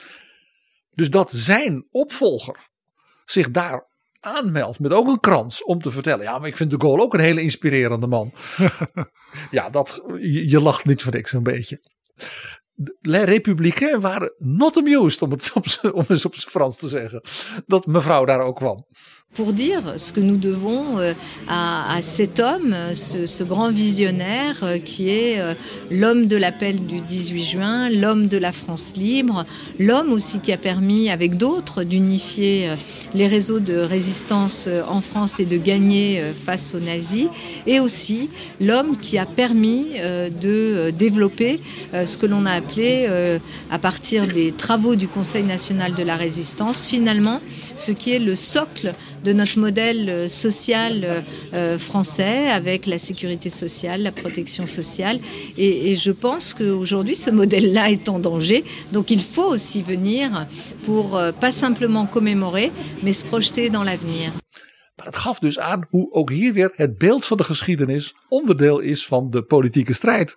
Dus dat zijn opvolger zich daar aanmeldt met ook een krans om te vertellen, ja, maar ik vind de Gaulle ook een hele inspirerende man. Ja, je lacht niet voor niks een beetje. Les Républicains waren not amused, om eens op zijn Frans te zeggen, dat mevrouw daar ook kwam.
Pour dire ce que nous devons à cet homme, ce grand visionnaire qui est l'homme de l'appel du 18 juin, l'homme de la France libre, l'homme aussi qui a permis avec d'autres d'unifier les réseaux de résistance en France et de gagner face aux nazis, et aussi l'homme qui a permis de développer ce que l'on a appelé à partir des travaux du Conseil national de la résistance, finalement ce qui est le socle de notre modèle social français avec la sécurité sociale, la protection sociale. Et je pense qu'aujourd'hui, ce modèle-là est en danger. Donc il faut aussi venir pour pas simplement commémorer, mais se projeter dans l'avenir.
Maar het gaf dus aan hoe ook hier weer het beeld van de geschiedenis onderdeel is van de politieke strijd.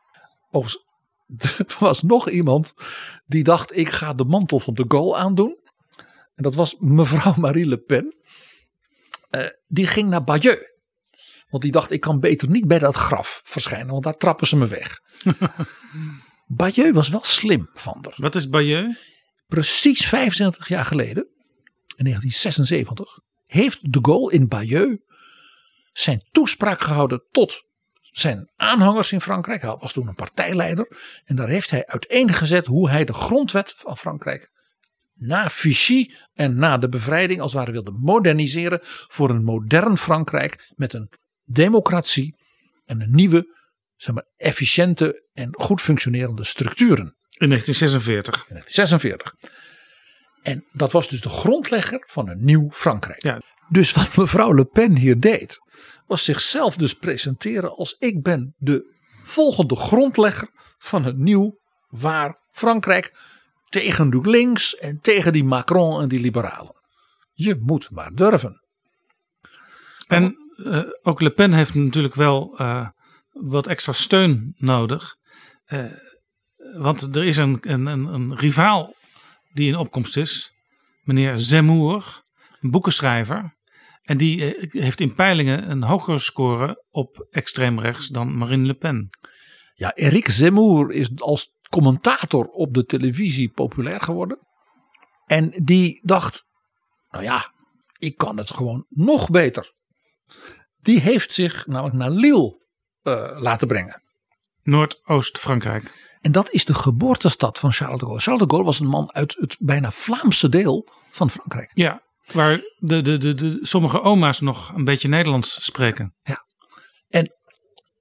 Er was nog iemand die dacht, ik ga de mantel van de Gaulle aandoen. En dat was mevrouw Marie Le Pen. Die ging naar Bayeux. Want die dacht, ik kan beter niet bij dat graf verschijnen, want daar trappen ze me weg. Bayeux was wel slim van haar.
Wat is Bayeux?
Precies 25 jaar geleden, in 1976, heeft de Gaulle in Bayeux zijn toespraak gehouden tot zijn aanhangers in Frankrijk. Hij was toen een partijleider. En daar heeft hij uiteengezet hoe hij de grondwet van Frankrijk na Vichy en na de bevrijding als het ware wilde moderniseren voor een modern Frankrijk met een democratie en een nieuwe, zeg maar, efficiënte en goed functionerende structuren.
In 1946.
En dat was dus de grondlegger van een nieuw Frankrijk.
Ja.
Dus wat mevrouw Le Pen hier deed, was zichzelf dus presenteren als ik ben de volgende grondlegger van een nieuw waar Frankrijk. Tegen de links en tegen die Macron en die liberalen. Je moet maar durven.
En ook Le Pen heeft natuurlijk wel wat extra steun nodig. Want er is een rivaal die in opkomst is. Meneer Zemmour, een boekenschrijver. En die heeft in peilingen een hogere score op extreem rechts dan Marine Le Pen.
Ja, Éric Zemmour is als commentator op de televisie populair geworden. En die dacht, nou ja, ik kan het gewoon nog beter. Die heeft zich namelijk naar Lille laten brengen.
Noordoost-Frankrijk.
En dat is de geboortestad van Charles de Gaulle. Charles de Gaulle was een man uit het bijna Vlaamse deel van Frankrijk.
Ja, waar sommige oma's nog een beetje Nederlands spreken.
Ja. En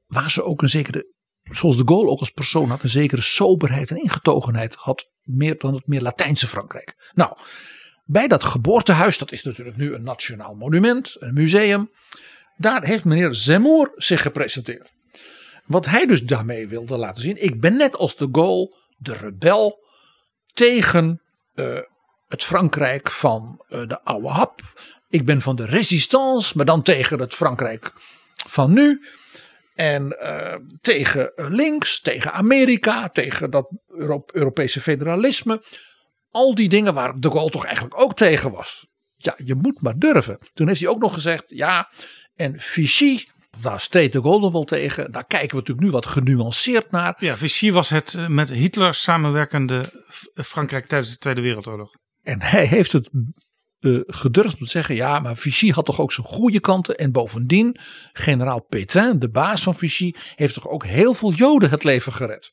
waar ze ook een zekere, zoals de Gaulle ook als persoon had, een zekere soberheid en ingetogenheid had, meer dan het meer Latijnse Frankrijk. Nou, bij dat geboortehuis, dat is natuurlijk nu een nationaal monument, een museum, daar heeft meneer Zemmour zich gepresenteerd. Wat hij dus daarmee wilde laten zien, ik ben net als de Gaulle de rebel tegen het Frankrijk van de oude hap. Ik ben van de résistance, maar dan tegen het Frankrijk van nu. En tegen links, tegen Amerika, tegen dat Europese federalisme. Al die dingen waar de Gaulle toch eigenlijk ook tegen was. Ja, je moet maar durven. Toen heeft hij ook nog gezegd, ja, en Vichy, daar streed de Gaulle nog wel tegen. Daar kijken we natuurlijk nu wat genuanceerd naar.
Ja, Vichy was het met Hitler samenwerkende Frankrijk tijdens de Tweede Wereldoorlog.
En hij heeft het gedurfd om te zeggen, ja, maar Vichy had toch ook zijn goede kanten. En bovendien, generaal Pétain, de baas van Vichy, heeft toch ook heel veel Joden het leven gered.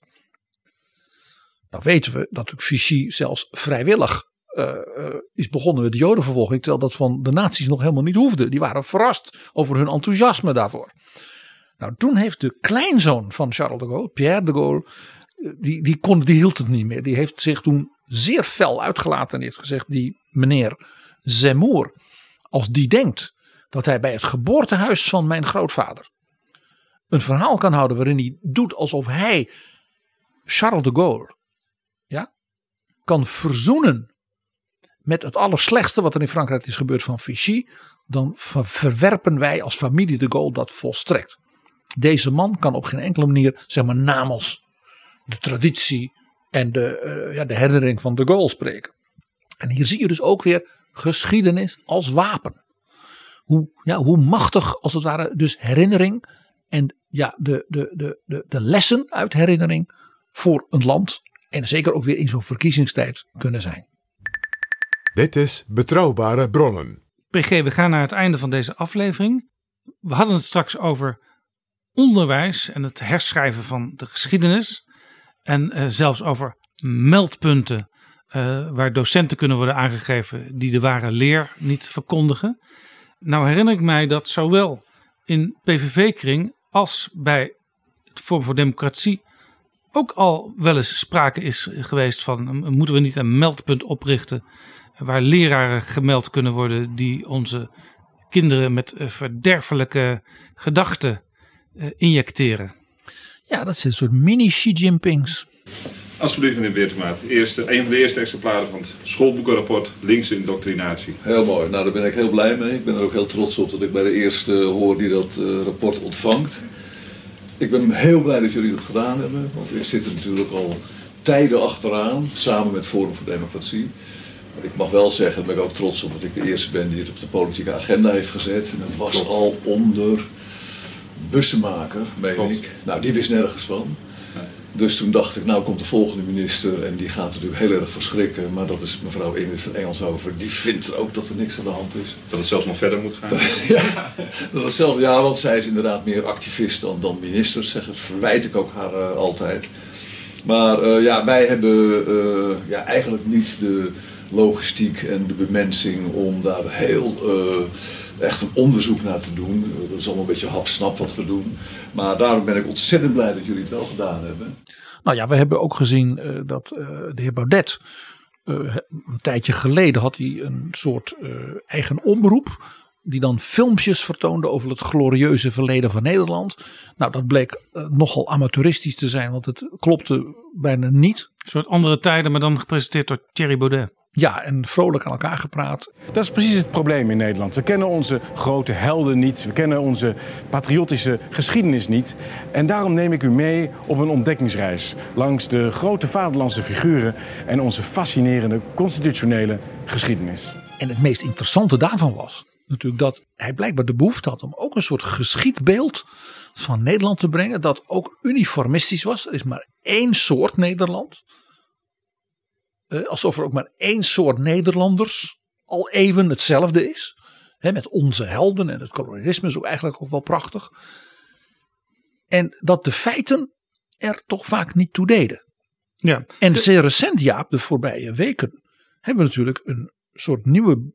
Nou weten we dat Vichy zelfs vrijwillig is begonnen met de Jodenvervolging, terwijl dat van de nazi's nog helemaal niet hoefde. Die waren verrast over hun enthousiasme daarvoor. Nou, toen heeft de kleinzoon van Charles de Gaulle, Pierre de Gaulle, die hield het niet meer. Die heeft zich toen zeer fel uitgelaten en heeft gezegd, die meneer Zemmour, als die denkt dat hij bij het geboortehuis van mijn grootvader een verhaal kan houden waarin hij doet alsof hij Charles de Gaulle kan verzoenen met het allerslechtste wat er in Frankrijk is gebeurd van Vichy, dan verwerpen wij als familie de Gaulle dat volstrekt. Deze man kan op geen enkele manier, zeg maar, namens de traditie en de herinnering van de Gaulle spreken. En hier zie je dus ook weer geschiedenis als wapen. Hoe machtig als het ware dus herinnering en de lessen uit herinnering voor een land en zeker ook weer in zo'n verkiezingstijd kunnen zijn.
Dit is Betrouwbare Bronnen.
PG, we gaan naar het einde van deze aflevering. We hadden het straks over onderwijs en het herschrijven van de geschiedenis. En zelfs over meldpunten waar docenten kunnen worden aangegeven die de ware leer niet verkondigen. Nou herinner ik mij dat zowel in PVV-kring als bij het Forum voor Democratie ook al wel eens sprake is geweest van, moeten we niet een meldpunt oprichten waar leraren gemeld kunnen worden die onze kinderen met verderfelijke gedachten injecteren.
Ja, dat zijn een soort mini Xi Jinpings.
Alsjeblieft, meneer Beertemaat. Een van de eerste exemplaren van het schoolboekenrapport Linkse Indoctrinatie.
Heel mooi. Nou, daar ben ik heel blij mee. Ik ben er ook heel trots op dat ik bij de eerste hoor die dat rapport ontvangt. Ik ben heel blij dat jullie dat gedaan hebben. Want ik zit er natuurlijk al tijden achteraan, samen met Forum voor Democratie. Maar ik mag wel zeggen, daar ben ik ook trots op, dat ik de eerste ben die het op de politieke agenda heeft gezet. En dat was al onder Bussemaker, meen ik. Nou, die wist nergens van. Dus toen dacht ik, nou komt de volgende minister en die gaat natuurlijk heel erg verschrikken. Maar dat is mevrouw Ingrid Engelshoven, die vindt ook dat er niks aan de hand is.
Dat het zelfs nog verder moet gaan?
Want zij is inderdaad meer activist dan minister, verwijt ik ook haar altijd. Maar wij hebben eigenlijk niet de logistiek en de bemensing om daar heel echt een onderzoek naar te doen. Dat is allemaal een beetje hapsnap wat we doen. Maar daarom ben ik ontzettend blij dat jullie het wel gedaan hebben.
Nou ja, we hebben ook gezien dat de heer Baudet een tijdje geleden had hij een soort eigen omroep. Die dan filmpjes vertoonde over het glorieuze verleden van Nederland. Nou, dat bleek nogal amateuristisch te zijn, want het klopte bijna niet.
Een soort andere tijden, maar dan gepresenteerd door Thierry Baudet.
Ja, en vrolijk aan elkaar gepraat.
Dat is precies het probleem in Nederland. We kennen onze grote helden niet. We kennen onze patriotische geschiedenis niet. En daarom neem ik u mee op een ontdekkingsreis langs de grote vaderlandse figuren en onze fascinerende constitutionele geschiedenis.
En het meest interessante daarvan was natuurlijk dat hij blijkbaar de behoefte had om ook een soort geschiedbeeld van Nederland te brengen dat ook uniformistisch was. Er is maar één soort Nederland. Alsof er ook maar één soort Nederlanders al even hetzelfde is. Met onze helden en het kolonialisme is ook eigenlijk ook wel prachtig. En dat de feiten er toch vaak niet toe deden.
Ja.
En zeer recent, Jaap, de voorbije weken, hebben we natuurlijk een soort nieuwe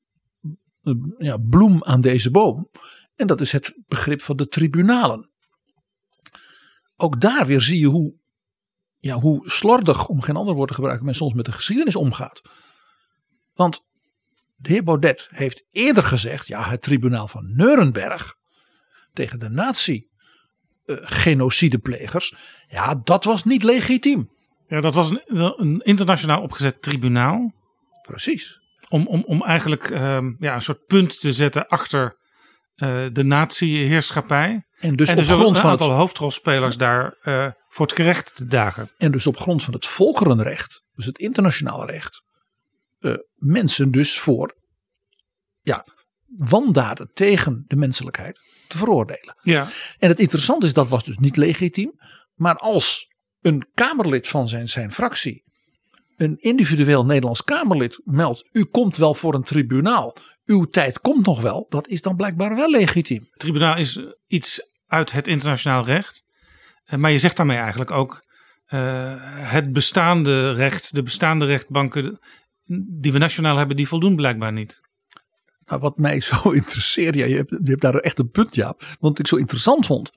bloem aan deze boom. En dat is het begrip van de tribunalen. ook daar weer zie je hoe slordig, om geen ander woord te gebruiken, men soms met de geschiedenis omgaat. Want de heer Baudet heeft eerder gezegd, het tribunaal van Nuremberg tegen de nazi-genocideplegers, dat was niet legitiem.
Ja, dat was een internationaal opgezet tribunaal.
Precies.
Om eigenlijk een soort punt te zetten achter de nazi-heerschappij. En dus op grond van een aantal hoofdrolspelers daar voor het gerecht te dagen.
En dus op grond van het volkerenrecht, dus het internationaal recht, mensen dus voor wandaden tegen de menselijkheid te veroordelen.
Ja.
En het interessante is, dat was dus niet legitiem. Maar als een Kamerlid van zijn fractie, een individueel Nederlands Kamerlid meldt, u komt wel voor een tribunaal, uw tijd komt nog wel, dat is dan blijkbaar wel legitiem.
Het tribunaal is iets uit het internationaal recht. Maar je zegt daarmee eigenlijk ook het bestaande recht, de bestaande rechtbanken die we nationaal hebben, die voldoen blijkbaar niet.
Nou, wat mij zo interesseert, je hebt daar echt een punt, Jaap, wat ik zo interessant vond.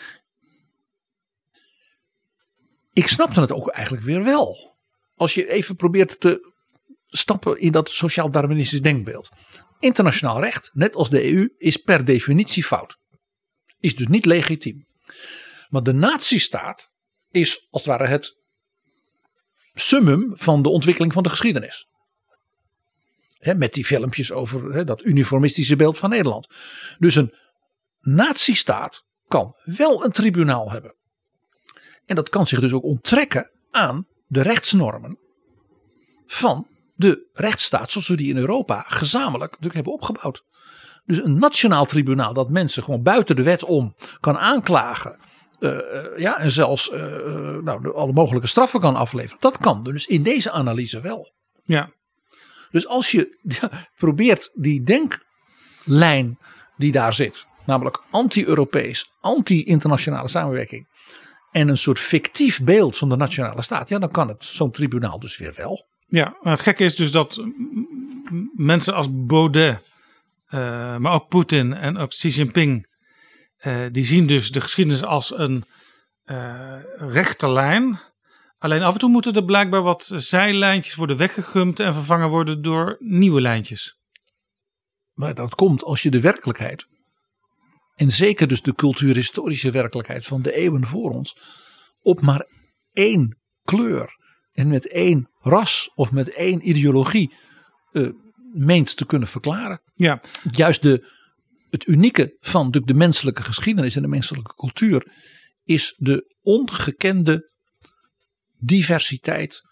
Ik snapte het ook eigenlijk weer wel. Als je even probeert te stappen in dat sociaal-darwinistisch denkbeeld. Internationaal recht, net als de EU, is per definitie fout. Is dus niet legitiem. Maar de nazistaat is als het ware het summum van de ontwikkeling van de geschiedenis. Met die filmpjes over dat uniformistische beeld van Nederland. Dus een nazistaat kan wel een tribunaal hebben. En dat kan zich dus ook onttrekken aan de rechtsnormen van de rechtsstaat zoals we die in Europa gezamenlijk natuurlijk hebben opgebouwd. Dus een nationaal tribunaal dat mensen gewoon buiten de wet om kan aanklagen. En zelfs alle mogelijke straffen kan afleveren. Dat kan dus in deze analyse wel.
Ja.
Dus als je probeert die denklijn die daar zit. Namelijk anti-Europees, anti-internationale samenwerking. En een soort fictief beeld van de nationale staat. Ja, dan kan het zo'n tribunaal dus weer wel.
Ja, maar het gekke is dus dat mensen als Baudet, maar ook Poetin en ook Xi Jinping, die zien dus de geschiedenis als een rechte lijn. Alleen af en toe moeten er blijkbaar wat zijlijntjes worden weggegumd en vervangen worden door nieuwe lijntjes.
Maar dat komt als je de werkelijkheid, en zeker dus de cultuurhistorische werkelijkheid van de eeuwen voor ons, op maar één kleur en met één ras of met één ideologie meent te kunnen verklaren.
Ja.
Juist het unieke van de menselijke geschiedenis en de menselijke cultuur is de ongekende diversiteit,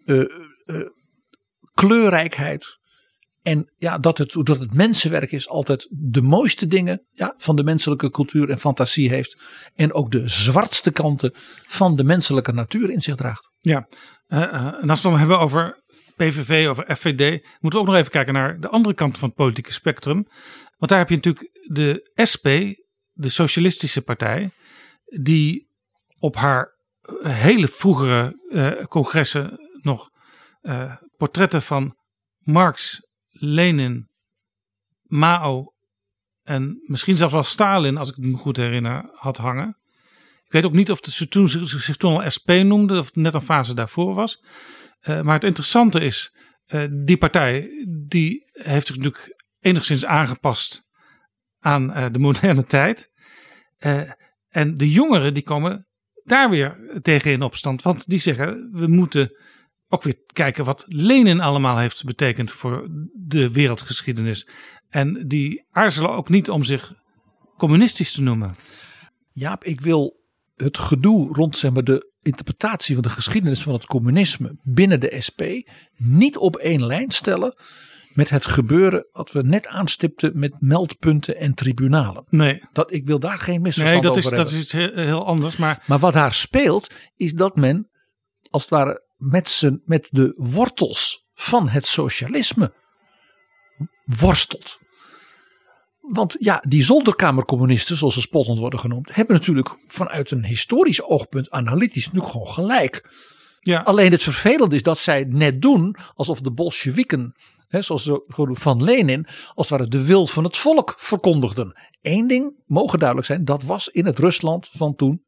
kleurrijkheid. En dat het mensenwerk is altijd de mooiste dingen van de menselijke cultuur en fantasie heeft. En ook de zwartste kanten van de menselijke natuur in zich draagt.
Ja, en als we het dan hebben over PVV, over FVD, moeten we ook nog even kijken naar de andere kant van het politieke spectrum. Want daar heb je natuurlijk de SP, de Socialistische Partij, die op haar hele vroegere congressen nog portretten van Marx, Lenin, Mao en misschien zelfs wel Stalin, als ik het me goed herinner, had hangen. Ik weet ook niet of ze zich toen al SP noemde of het net een fase daarvoor was. Maar het interessante is, die partij die heeft zich natuurlijk enigszins aangepast aan de moderne tijd. En de jongeren die komen daar weer tegen in opstand. Want die zeggen, we moeten ook weer kijken wat Lenin allemaal heeft betekend voor de wereldgeschiedenis. En die aarzelen ook niet om zich communistisch te noemen.
Jaap, ik wil het gedoe rond de interpretatie van de geschiedenis van het communisme binnen de SP niet op één lijn stellen met het gebeuren wat we net aanstipten met meldpunten en tribunalen.
Nee.
Ik wil daar geen misverstand over hebben.
Dat is iets heel anders. Maar
wat daar speelt is dat men als het ware met de wortels van het socialisme worstelt. Want die zolderkamercommunisten, zoals ze spottend worden genoemd, hebben natuurlijk vanuit een historisch oogpunt analytisch natuurlijk gewoon gelijk.
Ja.
Alleen het vervelende is dat zij net doen alsof de Bolsjewieken, zoals ze van Lenin, als het ware de wil van het volk verkondigden. Eén ding mogen duidelijk zijn, dat was in het Rusland van toen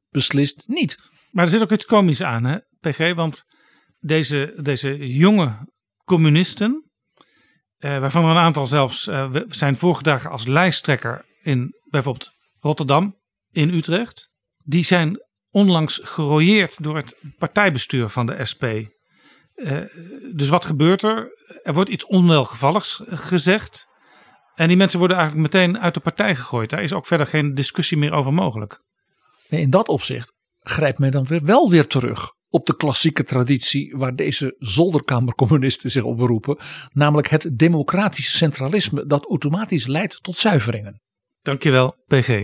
beslist niet.
Maar er zit ook iets komisch aan, hè, PG? Want deze jonge communisten, waarvan er een aantal zelfs zijn voorgedragen als lijsttrekker in bijvoorbeeld Rotterdam, in Utrecht, die zijn onlangs gerooieerd door het partijbestuur van de SP. Dus wat gebeurt er? Er wordt iets onwelgevalligs gezegd. En die mensen worden eigenlijk meteen uit de partij gegooid. Daar is ook verder geen discussie meer over mogelijk.
Nee, in dat opzicht grijpt men dan wel weer terug op de klassieke traditie waar deze zolderkamercommunisten zich op beroepen. Namelijk het democratische centralisme dat automatisch leidt tot zuiveringen.
Dankjewel, PG.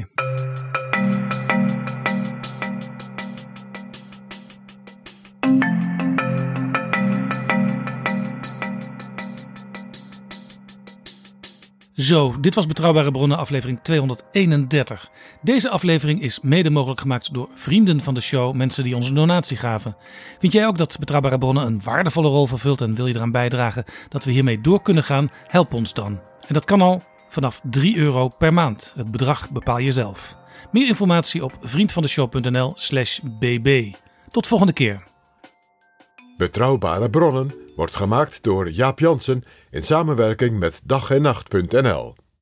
Zo, dit was Betrouwbare Bronnen aflevering 231. Deze aflevering is mede mogelijk gemaakt door vrienden van de show, mensen die ons een donatie gaven. Vind jij ook dat Betrouwbare Bronnen een waardevolle rol vervult en wil je eraan bijdragen dat we hiermee door kunnen gaan? Help ons dan. En dat kan al vanaf €3 per maand. Het bedrag bepaal je zelf. Meer informatie op vriendvandeshow.nl/bb. Tot volgende keer.
Betrouwbare Bronnen wordt gemaakt door Jaap Jansen in samenwerking met dag-en-nacht.nl.